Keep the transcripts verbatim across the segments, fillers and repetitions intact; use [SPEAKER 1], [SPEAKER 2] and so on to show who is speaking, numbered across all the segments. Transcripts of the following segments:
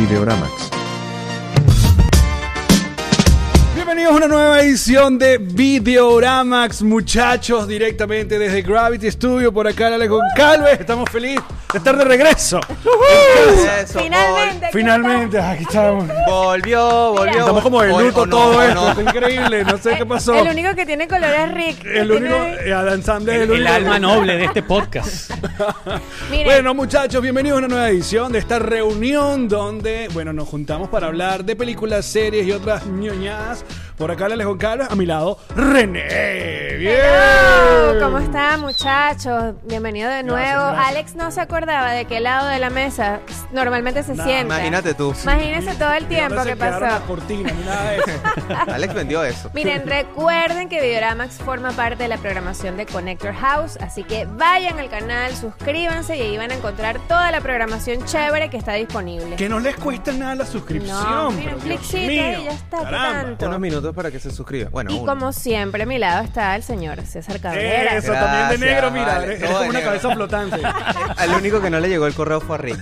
[SPEAKER 1] Videoramax.
[SPEAKER 2] Bienvenidos a una nueva edición de Videoramax, muchachos, directamente desde Gravity Studio. Por acá, Alejo Goncalves. Estamos felices de estar de regreso.
[SPEAKER 3] Eso,
[SPEAKER 4] Finalmente.
[SPEAKER 3] vol-
[SPEAKER 2] Finalmente, aquí estamos.
[SPEAKER 3] Volvió, volvió.
[SPEAKER 2] Estamos como de
[SPEAKER 3] O-
[SPEAKER 2] luto
[SPEAKER 3] o no,
[SPEAKER 2] todo
[SPEAKER 3] o
[SPEAKER 2] esto.
[SPEAKER 3] no.
[SPEAKER 2] Está increíble, no sé qué pasó.
[SPEAKER 4] El único que tiene color es Rick.
[SPEAKER 2] El único, eh, Adam Sandler es
[SPEAKER 5] El,
[SPEAKER 2] el
[SPEAKER 5] el
[SPEAKER 2] único.
[SPEAKER 5] alma noble de este podcast.
[SPEAKER 4] Miren,
[SPEAKER 2] Bueno, muchachos, bienvenidos a una nueva edición de esta reunión donde, bueno, nos juntamos para hablar de películas, series y otras ñoñadas. Por acá, Alejo Goncalves, a mi lado, René. Bien.
[SPEAKER 4] hello, ¿cómo están, muchachos? Bienvenido de nuevo.
[SPEAKER 2] Gracias, gracias.
[SPEAKER 4] Alex no se acordaba de qué lado de la mesa normalmente se
[SPEAKER 2] Nah,
[SPEAKER 4] sienta.
[SPEAKER 3] Imagínate tú.
[SPEAKER 4] Imagínense todo el tiempo
[SPEAKER 2] No
[SPEAKER 4] que
[SPEAKER 2] se quedaron las
[SPEAKER 4] pasó.
[SPEAKER 2] cortinas ni nada de eso.
[SPEAKER 3] Alex vendió eso.
[SPEAKER 4] Miren, recuerden que Videoramax forma parte de la programación de Connector House, así que vayan al canal, suscríbanse y ahí van a encontrar toda la programación chévere que está disponible.
[SPEAKER 2] Que no les cuesta nada la suscripción.
[SPEAKER 4] No, mira,
[SPEAKER 2] pero
[SPEAKER 4] un
[SPEAKER 2] Dios
[SPEAKER 4] cliccito
[SPEAKER 2] mío,
[SPEAKER 4] y ya está, ¿qué
[SPEAKER 2] caramba.
[SPEAKER 4] tanto?
[SPEAKER 3] Unos minutos para que se suscriba. Bueno,
[SPEAKER 4] Y
[SPEAKER 3] uno.
[SPEAKER 4] como siempre, a mi lado está el señor César Cabrera.
[SPEAKER 2] Eso también de
[SPEAKER 3] Gracias,
[SPEAKER 2] negro, mira,
[SPEAKER 3] vale,
[SPEAKER 2] eres
[SPEAKER 3] todo
[SPEAKER 2] como
[SPEAKER 3] de
[SPEAKER 2] una
[SPEAKER 3] negro.
[SPEAKER 2] cabeza flotante.
[SPEAKER 3] Al único que no le llegó el correo fue a Rick.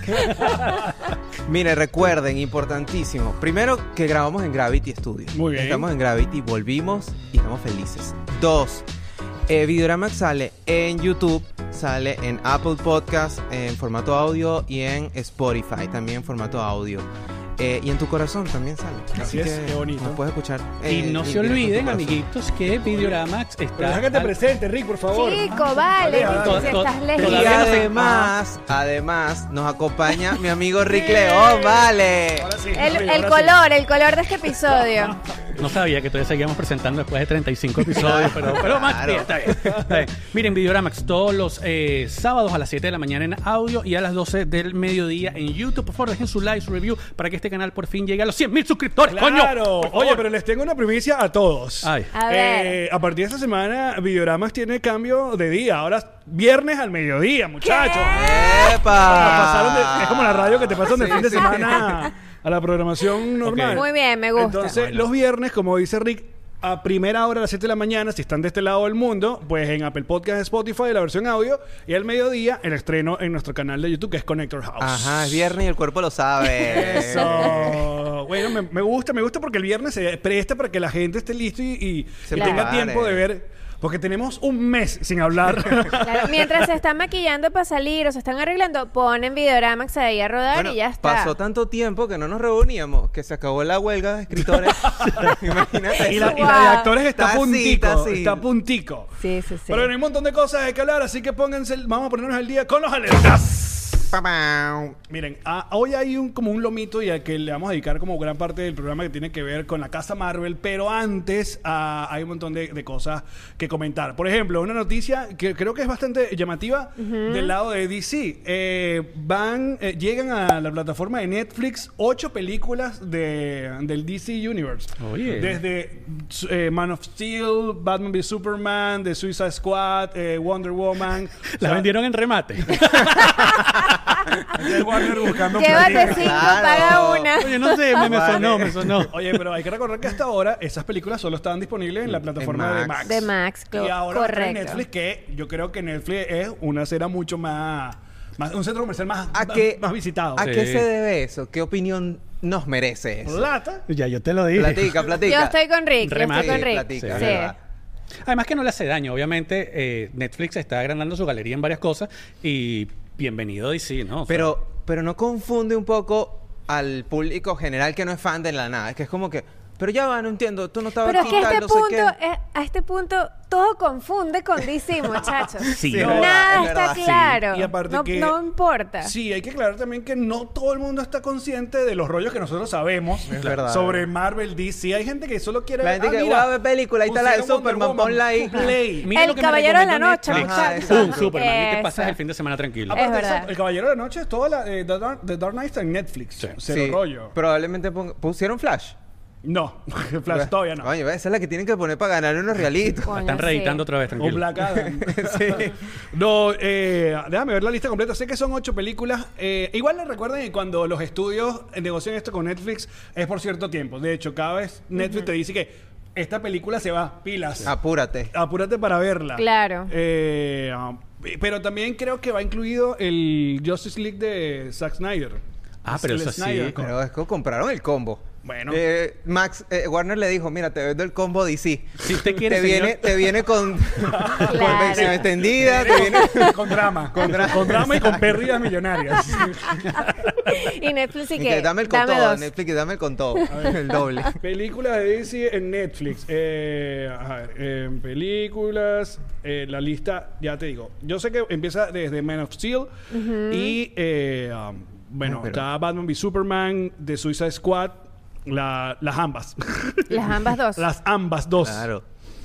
[SPEAKER 3] Mire, recuerden, importantísimo. Primero, que grabamos en Gravity Studio.
[SPEAKER 2] Muy bien.
[SPEAKER 3] Estamos en Gravity, volvimos y estamos felices. Dos, eh, Videoramax sale en YouTube, sale en Apple Podcast en formato audio y en Spotify también en formato audio. Eh, y en tu corazón también sale.
[SPEAKER 2] Así es, qué bonito.
[SPEAKER 3] Nos puedes escuchar.
[SPEAKER 5] Y
[SPEAKER 3] eh,
[SPEAKER 5] no
[SPEAKER 3] en
[SPEAKER 5] se
[SPEAKER 3] directo en tu
[SPEAKER 5] olviden,
[SPEAKER 3] corazón.
[SPEAKER 5] amiguitos, que Videoramax
[SPEAKER 2] Pero
[SPEAKER 5] está...
[SPEAKER 2] deja que te
[SPEAKER 5] al-
[SPEAKER 2] presente, Rick, por favor.
[SPEAKER 4] Chico, vale,
[SPEAKER 2] Dale,
[SPEAKER 4] Rick,
[SPEAKER 5] dale.
[SPEAKER 4] si
[SPEAKER 5] To-
[SPEAKER 4] estás
[SPEAKER 5] to-
[SPEAKER 3] Y
[SPEAKER 4] lejos.
[SPEAKER 5] todavía no sé-
[SPEAKER 3] además, además, nos acompaña mi amigo Rick León, vale.
[SPEAKER 2] Ahora sí,
[SPEAKER 4] El,
[SPEAKER 2] Rick,
[SPEAKER 4] el
[SPEAKER 2] ahora
[SPEAKER 4] color, el color de este episodio.
[SPEAKER 5] No sabía que todavía seguíamos presentando después de treinta y cinco episodios, pero, pero más
[SPEAKER 3] Claro.
[SPEAKER 5] bien, está bien, está bien. Miren, Videoramax todos los eh, sábados a las siete de la mañana en audio y a las doce del mediodía en YouTube. Por favor, dejen su like, su review para que este canal por fin llegue a los cien mil suscriptores,
[SPEAKER 2] sí.
[SPEAKER 5] coño.
[SPEAKER 2] Claro.
[SPEAKER 5] Por favor.
[SPEAKER 2] Oye, pero les tengo una primicia a todos.
[SPEAKER 5] Ay.
[SPEAKER 4] A ver.
[SPEAKER 2] Eh, a partir de esta semana, Videoramax tiene cambio de día. Ahora viernes al mediodía, muchachos.
[SPEAKER 3] ¡Epa!
[SPEAKER 2] Pasaron de- es como la radio que te pasan de
[SPEAKER 3] Sí,
[SPEAKER 2] fin de
[SPEAKER 3] sí.
[SPEAKER 2] semana a la programación normal.
[SPEAKER 4] Muy bien, me gusta.
[SPEAKER 2] Entonces,
[SPEAKER 5] Bueno.
[SPEAKER 2] los viernes, como dice Rick, a primera hora a las siete de la mañana, si están de este lado del mundo, pues en Apple Podcast, Spotify, la versión audio, y al mediodía, el estreno en nuestro canal de YouTube, que es Connector House.
[SPEAKER 3] Ajá, es viernes y el cuerpo lo sabe.
[SPEAKER 2] Eso. Bueno, me, me gusta, me gusta porque el viernes se presta para que la gente esté listo y, y-
[SPEAKER 3] Se
[SPEAKER 2] y tenga
[SPEAKER 3] prepare.
[SPEAKER 2] tiempo de ver. Porque tenemos un mes sin hablar.
[SPEAKER 4] Claro, mientras se están maquillando para salir o se están arreglando, ponen Videoramax ahí a rodar
[SPEAKER 3] Bueno,
[SPEAKER 4] y ya está.
[SPEAKER 3] pasó tanto tiempo que no nos reuníamos que se acabó la huelga de escritores. Imagínate.
[SPEAKER 2] y, la, y
[SPEAKER 4] Wow.
[SPEAKER 2] la de actores está,
[SPEAKER 3] Está
[SPEAKER 2] a
[SPEAKER 3] así,
[SPEAKER 2] puntico.
[SPEAKER 3] está así.
[SPEAKER 2] Está a puntico.
[SPEAKER 4] Sí, sí, sí.
[SPEAKER 2] Pero bueno, hay un montón de cosas de que hablar, así que pónganse, vamos a ponernos al día con los alertas.
[SPEAKER 3] Pa, pam.
[SPEAKER 2] Miren, a- hoy hay un como un lomito y al que le vamos a dedicar como gran parte del programa que tiene que ver con la casa Marvel, pero antes ah, hay un montón de, de cosas que comentar. Por ejemplo, una noticia que creo que es bastante llamativa del lado de D C. Eh, van, eh, llegan a la plataforma de Netflix ocho películas de, del D C Universe.
[SPEAKER 5] Oye.
[SPEAKER 2] Desde eh, Man of Steel, Batman v Superman, The Suicide Squad, eh, Wonder Woman. O
[SPEAKER 5] La
[SPEAKER 2] sea,
[SPEAKER 5] vendieron en remate.
[SPEAKER 2] el Warner buscando
[SPEAKER 4] Llévate
[SPEAKER 2] platita.
[SPEAKER 4] cinco,
[SPEAKER 3] Claro.
[SPEAKER 4] paga una.
[SPEAKER 5] Oye, no sé, me, me
[SPEAKER 3] Vale.
[SPEAKER 5] sonó, me sonó.
[SPEAKER 2] Oye, pero hay que recordar que hasta ahora esas películas solo estaban disponibles en la plataforma
[SPEAKER 3] En
[SPEAKER 2] de
[SPEAKER 3] Max.
[SPEAKER 2] Max.
[SPEAKER 4] De Max,
[SPEAKER 2] Y
[SPEAKER 4] clo-
[SPEAKER 2] ahora va a estar en
[SPEAKER 4] correcto.
[SPEAKER 2] Netflix, que yo creo que Netflix es una acera mucho más, más un centro comercial más,
[SPEAKER 3] ¿A
[SPEAKER 2] más,
[SPEAKER 3] qué,
[SPEAKER 2] más visitado.
[SPEAKER 3] ¿A
[SPEAKER 5] Sí.
[SPEAKER 3] qué se debe eso? ¿Qué opinión nos merece eso?
[SPEAKER 2] Plata.
[SPEAKER 5] Ya, yo te lo dije.
[SPEAKER 3] Platica, platica.
[SPEAKER 4] Yo estoy con Rick, yo
[SPEAKER 5] Remate.
[SPEAKER 4] estoy con Rick.
[SPEAKER 3] Platica,
[SPEAKER 5] Sí.
[SPEAKER 3] es
[SPEAKER 4] Sí.
[SPEAKER 3] verdad.
[SPEAKER 5] Además que no le hace daño. Obviamente, eh, Netflix está agrandando su galería en varias cosas y bienvenido D C, ¿no? O sea,
[SPEAKER 3] Pero, pero no confunde un poco al público general que no es fan de la nada. Es que es como que, pero ya va, no entiendo, tú no estabas
[SPEAKER 4] Pero es
[SPEAKER 3] aquí,
[SPEAKER 4] que a
[SPEAKER 3] tal,
[SPEAKER 4] este
[SPEAKER 3] no sé
[SPEAKER 4] punto,
[SPEAKER 3] qué.
[SPEAKER 4] eh, a este punto, todo confunde con D C, muchachos.
[SPEAKER 5] Sí,
[SPEAKER 3] Sí,
[SPEAKER 5] ¿no?
[SPEAKER 3] es verdad,
[SPEAKER 4] Nada
[SPEAKER 3] es
[SPEAKER 4] está
[SPEAKER 3] verdad, sí.
[SPEAKER 4] claro.
[SPEAKER 2] Y aparte
[SPEAKER 4] no,
[SPEAKER 2] que-
[SPEAKER 4] no importa.
[SPEAKER 2] Sí, hay que aclarar también que no todo el mundo está consciente de los rollos que nosotros sabemos
[SPEAKER 3] Es verdad.
[SPEAKER 2] sobre Marvel, D C. Hay gente que solo quiere
[SPEAKER 3] La gente
[SPEAKER 2] ah,
[SPEAKER 3] que
[SPEAKER 2] mira,
[SPEAKER 3] va a ver película, ahí está la de
[SPEAKER 2] pusieron Wonder
[SPEAKER 3] Superman,
[SPEAKER 2] Woman,
[SPEAKER 3] ponla ahí.
[SPEAKER 2] Play.
[SPEAKER 5] Mira
[SPEAKER 4] El
[SPEAKER 5] lo que me
[SPEAKER 4] Caballero de la
[SPEAKER 5] recomendó
[SPEAKER 4] Noche,
[SPEAKER 5] Netflix.
[SPEAKER 3] Ajá,
[SPEAKER 4] muchachos.
[SPEAKER 5] Un Superman. ¿Y qué
[SPEAKER 4] Eso.
[SPEAKER 5] pasas el fin de semana tranquilo?
[SPEAKER 2] Aparte,
[SPEAKER 4] Es verdad.
[SPEAKER 2] eso, El Caballero de la Noche es toda la eh, The, Dark, The Dark Knight está en Netflix.
[SPEAKER 5] Sí.
[SPEAKER 2] Cero
[SPEAKER 3] Sí,
[SPEAKER 2] rollo.
[SPEAKER 3] Probablemente pon- pusieron Flash.
[SPEAKER 2] No, Flash todavía no.
[SPEAKER 3] Oye, esa es la que tienen que poner para ganar unos realitos.
[SPEAKER 4] Coño,
[SPEAKER 5] Están
[SPEAKER 4] sí.
[SPEAKER 5] reeditando otra vez,
[SPEAKER 2] O
[SPEAKER 5] tranquilo.
[SPEAKER 2] Black Adam. No, eh, déjame ver la lista completa. Sé que son ocho películas. Eh, igual les recuerden que cuando los estudios negocian esto con Netflix es por cierto tiempo. De hecho, cada vez Netflix te dice que esta película se va, pilas.
[SPEAKER 3] Apúrate.
[SPEAKER 2] Apúrate para verla.
[SPEAKER 4] Claro.
[SPEAKER 2] Eh, pero también creo que va incluido el Justice League de Zack Snyder.
[SPEAKER 5] Ah, pero
[SPEAKER 2] El
[SPEAKER 5] eso
[SPEAKER 2] Snyder
[SPEAKER 5] sí.
[SPEAKER 2] Cut.
[SPEAKER 3] Pero es que compraron el combo.
[SPEAKER 2] Bueno.
[SPEAKER 3] Eh, Max, eh, Warner le dijo, mira, te vendo el combo D C.
[SPEAKER 5] Si usted quiere,
[SPEAKER 3] te
[SPEAKER 5] señor-
[SPEAKER 3] viene, te viene con, con
[SPEAKER 4] Claro.
[SPEAKER 3] versión extendida, te viene...
[SPEAKER 2] Con drama.
[SPEAKER 3] Con drama.
[SPEAKER 2] Con drama y con pérdidas millonarias.
[SPEAKER 4] Y Netflix y
[SPEAKER 3] y
[SPEAKER 4] que,
[SPEAKER 3] que dame el con
[SPEAKER 4] dame
[SPEAKER 3] todo,
[SPEAKER 4] dos.
[SPEAKER 3] Netflix, dame el con todo. El doble.
[SPEAKER 2] Películas de D C en Netflix. Eh, a ver, en películas, eh, la lista, ya te digo. Yo sé que empieza desde Man of Steel y, eh, um, bueno,
[SPEAKER 3] Ah, pero-
[SPEAKER 2] está Batman v Superman, The Suicide Squad, la- las ambas.
[SPEAKER 4] Las ambas dos.
[SPEAKER 2] Las ambas dos.
[SPEAKER 3] Claro.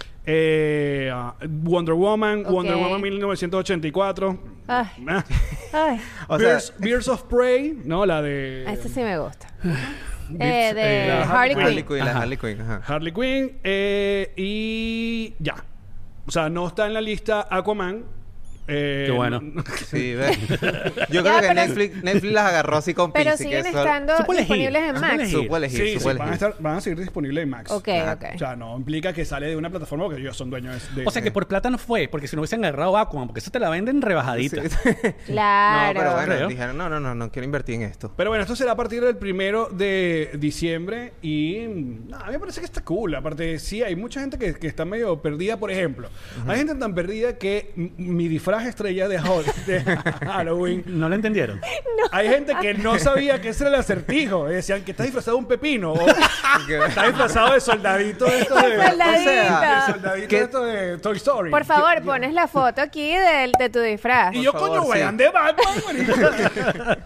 [SPEAKER 2] Eh, uh, Wonder Woman,
[SPEAKER 4] Ok.
[SPEAKER 2] Wonder Woman mil novecientos ochenta y cuatro.
[SPEAKER 4] Ay,
[SPEAKER 2] Ah,
[SPEAKER 4] ay.
[SPEAKER 3] O sea,
[SPEAKER 2] Birds, Birds of Prey, ¿no? La de
[SPEAKER 4] A este sí me gusta.
[SPEAKER 5] Birds-
[SPEAKER 4] eh, de
[SPEAKER 5] eh,
[SPEAKER 4] Harley Quinn.
[SPEAKER 3] Harley Quinn, la
[SPEAKER 5] Ajá.
[SPEAKER 3] Harley Quinn, ajá.
[SPEAKER 2] Harley Quinn. eh, y ya. O sea, no está en la lista Aquaman. Eh,
[SPEAKER 5] Qué bueno.
[SPEAKER 3] Sí, ve. Yo
[SPEAKER 4] Ya,
[SPEAKER 3] creo que
[SPEAKER 4] pero-
[SPEAKER 3] Netflix, Netflix las agarró así con
[SPEAKER 4] Pero
[SPEAKER 3] pinza,
[SPEAKER 4] siguen
[SPEAKER 3] que eso-
[SPEAKER 4] estando
[SPEAKER 5] Se puede elegir,
[SPEAKER 4] disponibles en
[SPEAKER 5] se puede
[SPEAKER 4] Max.
[SPEAKER 5] elegir.
[SPEAKER 3] Supo elegir,
[SPEAKER 2] Sí,
[SPEAKER 3] supo
[SPEAKER 2] sí, van a,
[SPEAKER 3] elegir.
[SPEAKER 2] estar, van a seguir disponibles en Max.
[SPEAKER 4] Ok,
[SPEAKER 3] Ajá.
[SPEAKER 4] ok.
[SPEAKER 2] O sea, no implica que sale de una plataforma porque ellos son dueños de...
[SPEAKER 5] O sea que por plata no fue, porque si no hubiesen agarrado Aquaman, porque eso te la venden rebajadita.
[SPEAKER 3] Sí.
[SPEAKER 4] Claro.
[SPEAKER 3] No, pero bueno,
[SPEAKER 5] Creo.
[SPEAKER 3] dijeron, no, no, no, no quiero invertir en esto.
[SPEAKER 2] Pero bueno, esto será a partir del primero de diciembre y no, a mí me parece que está cool. Aparte, sí, hay mucha gente que, que está medio perdida, por ejemplo. Hay gente tan perdida que m- mi disfraz estrella de, Hall- de Halloween.
[SPEAKER 5] ¿No lo entendieron?
[SPEAKER 2] Hay gente que no sabía que ese era el acertijo. Y decían que está disfrazado de un pepino o está disfrazado de soldadito de esto de...
[SPEAKER 4] Soldadito.
[SPEAKER 2] de soldadito
[SPEAKER 3] ¿Qué?
[SPEAKER 2] de esto de Toy Story.
[SPEAKER 4] Por favor, pones la foto aquí de, de tu disfraz.
[SPEAKER 2] Y yo,
[SPEAKER 3] Por
[SPEAKER 2] coño,
[SPEAKER 3] favor,
[SPEAKER 2] vayan
[SPEAKER 3] sí.
[SPEAKER 2] de Batman.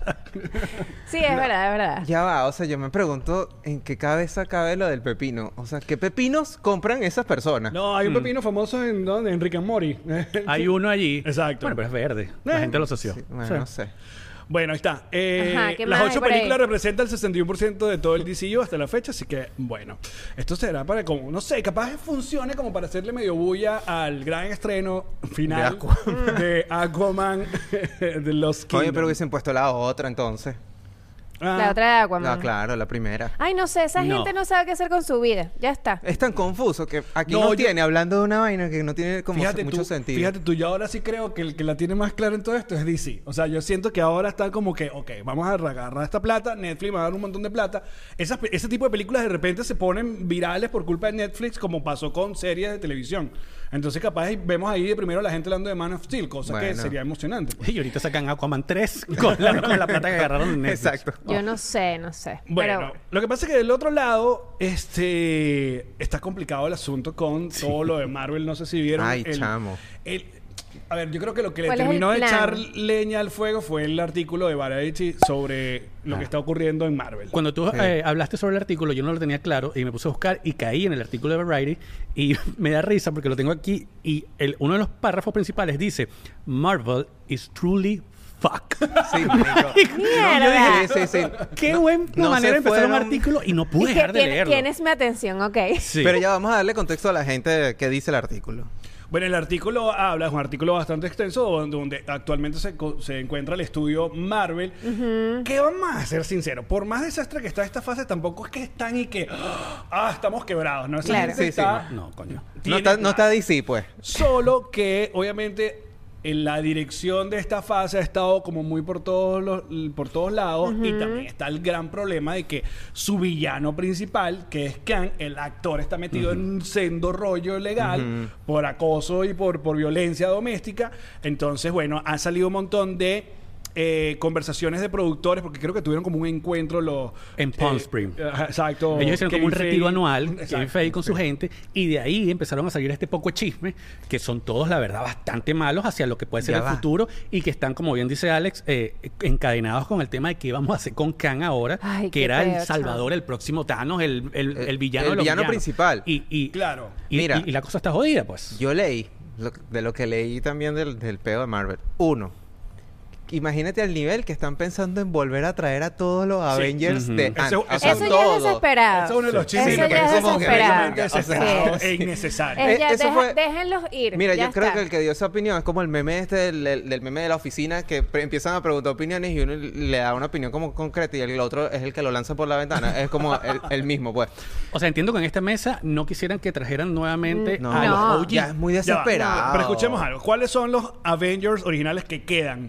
[SPEAKER 4] Sí, es verdad, es verdad.
[SPEAKER 3] Ya va, o sea, yo me pregunto en qué cabeza cabe lo del pepino. O sea, ¿qué pepinos compran esas personas?
[SPEAKER 2] No, hay un pepino famoso en, ¿dónde? en Rick and Morty.
[SPEAKER 5] Hay uno allí.
[SPEAKER 2] Exacto.
[SPEAKER 5] Bueno, pero es verde. La
[SPEAKER 2] Eh.
[SPEAKER 5] gente lo asoció.
[SPEAKER 3] Sí, bueno,
[SPEAKER 2] Sí.
[SPEAKER 3] no sé.
[SPEAKER 2] Bueno, ahí está. Eh,
[SPEAKER 4] Ajá, ¿qué
[SPEAKER 2] las
[SPEAKER 4] más hay
[SPEAKER 2] ocho
[SPEAKER 4] por ahí?
[SPEAKER 2] películas representan el sesenta y uno por ciento de todo el D C U hasta la fecha, así que bueno, esto será para como, no sé, capaz funcione como para hacerle medio bulla al gran estreno final de Aquaman de los
[SPEAKER 3] Oye, pero
[SPEAKER 2] Kingdom.
[SPEAKER 3] hubiesen puesto la otra entonces.
[SPEAKER 2] Ah,
[SPEAKER 4] La otra de Aquaman.
[SPEAKER 3] Ah, claro, la primera.
[SPEAKER 4] Ay, no sé, esa
[SPEAKER 5] No.
[SPEAKER 4] gente no sabe qué hacer con su vida. Ya está.
[SPEAKER 3] Es tan confuso que aquí
[SPEAKER 2] No,
[SPEAKER 3] no,
[SPEAKER 2] yo-
[SPEAKER 3] tiene, hablando de una vaina que no tiene como
[SPEAKER 2] Fíjate
[SPEAKER 3] mucho
[SPEAKER 2] tú,
[SPEAKER 3] sentido.
[SPEAKER 2] fíjate tú, yo ahora sí creo que el que la tiene más clara en todo esto es D C. O sea, yo siento que ahora está como que, ok, vamos a agarrar esta plata, Netflix va a dar un montón de plata. Esas, pe- ese tipo de películas de repente se ponen virales por culpa de Netflix, como pasó con series de televisión. Entonces, capaz ahí vemos ahí de primero la gente hablando de Man of Steel, cosa que
[SPEAKER 3] Bueno.
[SPEAKER 2] sería emocionante. pues.
[SPEAKER 5] Y ahorita sacan Aquaman tres con la, con la plata que agarraron en Netflix.
[SPEAKER 3] Exacto.
[SPEAKER 4] Yo no sé, no sé.
[SPEAKER 2] Bueno,
[SPEAKER 4] Pero
[SPEAKER 2] lo que pasa es que del otro lado, este está complicado el asunto con todo lo de Marvel. No sé si vieron.
[SPEAKER 3] Ay,
[SPEAKER 2] el-
[SPEAKER 3] chamo.
[SPEAKER 2] el- a ver, yo creo que lo que le
[SPEAKER 4] ¿Cuál es el
[SPEAKER 2] terminó de
[SPEAKER 4] plan?
[SPEAKER 2] echar leña al fuego fue el artículo de Variety sobre lo
[SPEAKER 3] Ah.
[SPEAKER 2] que está ocurriendo en Marvel.
[SPEAKER 5] Cuando tú
[SPEAKER 3] Sí.
[SPEAKER 5] eh, hablaste sobre el artículo, yo no lo tenía claro y me puse a buscar y caí en el artículo de Variety y me da risa porque lo tengo aquí y el, uno de los párrafos principales dice Marvel is truly fuck.
[SPEAKER 3] Sí, marico.
[SPEAKER 4] Mierda.
[SPEAKER 3] Sí, sí, sí.
[SPEAKER 5] Qué buena
[SPEAKER 3] No
[SPEAKER 5] manera de
[SPEAKER 3] se
[SPEAKER 5] empezar un
[SPEAKER 3] fueron-
[SPEAKER 5] artículo y no
[SPEAKER 4] Y
[SPEAKER 5] pude
[SPEAKER 4] que
[SPEAKER 5] dejar de
[SPEAKER 4] tiene-
[SPEAKER 5] leerlo.
[SPEAKER 4] tienes mi atención, ok.
[SPEAKER 5] Sí.
[SPEAKER 3] Pero ya vamos a darle contexto a la gente que dice el artículo.
[SPEAKER 2] Bueno, el artículo habla, es un artículo bastante extenso donde, donde actualmente se, co- se encuentra el estudio Marvel. Que vamos a ser sinceros, por más desastre que está esta fase, tampoco es que están y que ah, estamos quebrados, ¿no? Esa
[SPEAKER 4] Claro.
[SPEAKER 2] gente
[SPEAKER 3] Sí, sí,
[SPEAKER 2] está-
[SPEAKER 5] No, coño.
[SPEAKER 3] No
[SPEAKER 2] tiene
[SPEAKER 3] está, no
[SPEAKER 2] plata.
[SPEAKER 3] está D C, pues.
[SPEAKER 2] Solo que, obviamente, en la dirección de esta fase ha estado como muy por todos los, por todos lados. Y también está el gran problema de que su villano principal, que es Kang, el actor está metido en un sendo rollo legal por acoso y por, por violencia doméstica. Entonces, bueno, han salido un montón de eh, conversaciones de productores, porque creo que tuvieron como un encuentro los...
[SPEAKER 5] En Palm
[SPEAKER 2] eh,
[SPEAKER 5] Springs.
[SPEAKER 2] ajá, exacto.
[SPEAKER 5] Ellos hicieron como un
[SPEAKER 2] Kevin
[SPEAKER 5] retiro
[SPEAKER 2] Feige.
[SPEAKER 5] anual,
[SPEAKER 2] Exacto.
[SPEAKER 5] Kevin Feige con su gente, y de ahí empezaron a salir este poco de chisme, que son todos, la verdad, bastante malos hacia lo que puede ser
[SPEAKER 3] Ya
[SPEAKER 5] el
[SPEAKER 3] va.
[SPEAKER 5] futuro, y que están, como bien dice Alex, eh, encadenados con el tema de qué vamos a hacer con Kang ahora,
[SPEAKER 4] Ay,
[SPEAKER 5] que
[SPEAKER 4] qué
[SPEAKER 5] era
[SPEAKER 4] feo,
[SPEAKER 5] el salvador, el próximo Thanos, el, el,
[SPEAKER 3] El-
[SPEAKER 5] el villano
[SPEAKER 3] el
[SPEAKER 5] de los
[SPEAKER 3] villano
[SPEAKER 5] villanos.
[SPEAKER 3] principal.
[SPEAKER 5] Y, y,
[SPEAKER 2] Claro.
[SPEAKER 5] y,
[SPEAKER 3] Mira.
[SPEAKER 5] y- y la cosa está jodida, pues.
[SPEAKER 3] Yo leí, lo- de lo que leí también del, del peo de Marvel. Uno, imagínate al nivel que están pensando en volver a traer a todos los Avengers
[SPEAKER 5] Ujú.
[SPEAKER 3] de
[SPEAKER 2] Eso-
[SPEAKER 3] antes.
[SPEAKER 2] eso-
[SPEAKER 3] O sea,
[SPEAKER 4] Eso ya es
[SPEAKER 3] todos.
[SPEAKER 4] desesperado.
[SPEAKER 2] Ese es uno de los chismes
[SPEAKER 4] Eso
[SPEAKER 2] que
[SPEAKER 4] ya es
[SPEAKER 2] parece como que
[SPEAKER 4] desesperado.
[SPEAKER 2] realmente
[SPEAKER 3] O sea,
[SPEAKER 2] desesperado
[SPEAKER 3] sí.
[SPEAKER 2] e innecesario.
[SPEAKER 4] Es ya,
[SPEAKER 3] eso
[SPEAKER 4] deja-
[SPEAKER 3] fue-
[SPEAKER 4] déjenlos ir.
[SPEAKER 3] Mira,
[SPEAKER 4] ya
[SPEAKER 3] yo creo
[SPEAKER 4] está.
[SPEAKER 3] que el que dio esa opinión es como el meme este del, del- del meme de la oficina que pre- empiezan a preguntar opiniones y uno le da una opinión como concreta y el otro es el que lo lanza por la ventana. Es como el, el mismo, pues.
[SPEAKER 5] O sea, entiendo que en esta mesa no quisieran que trajeran nuevamente
[SPEAKER 3] No,
[SPEAKER 5] a los
[SPEAKER 4] No.
[SPEAKER 5] O G.
[SPEAKER 3] ya es muy
[SPEAKER 2] Ya va.
[SPEAKER 3] desesperado.
[SPEAKER 2] Pero escuchemos algo. ¿Cuáles son los Avengers originales que quedan vivos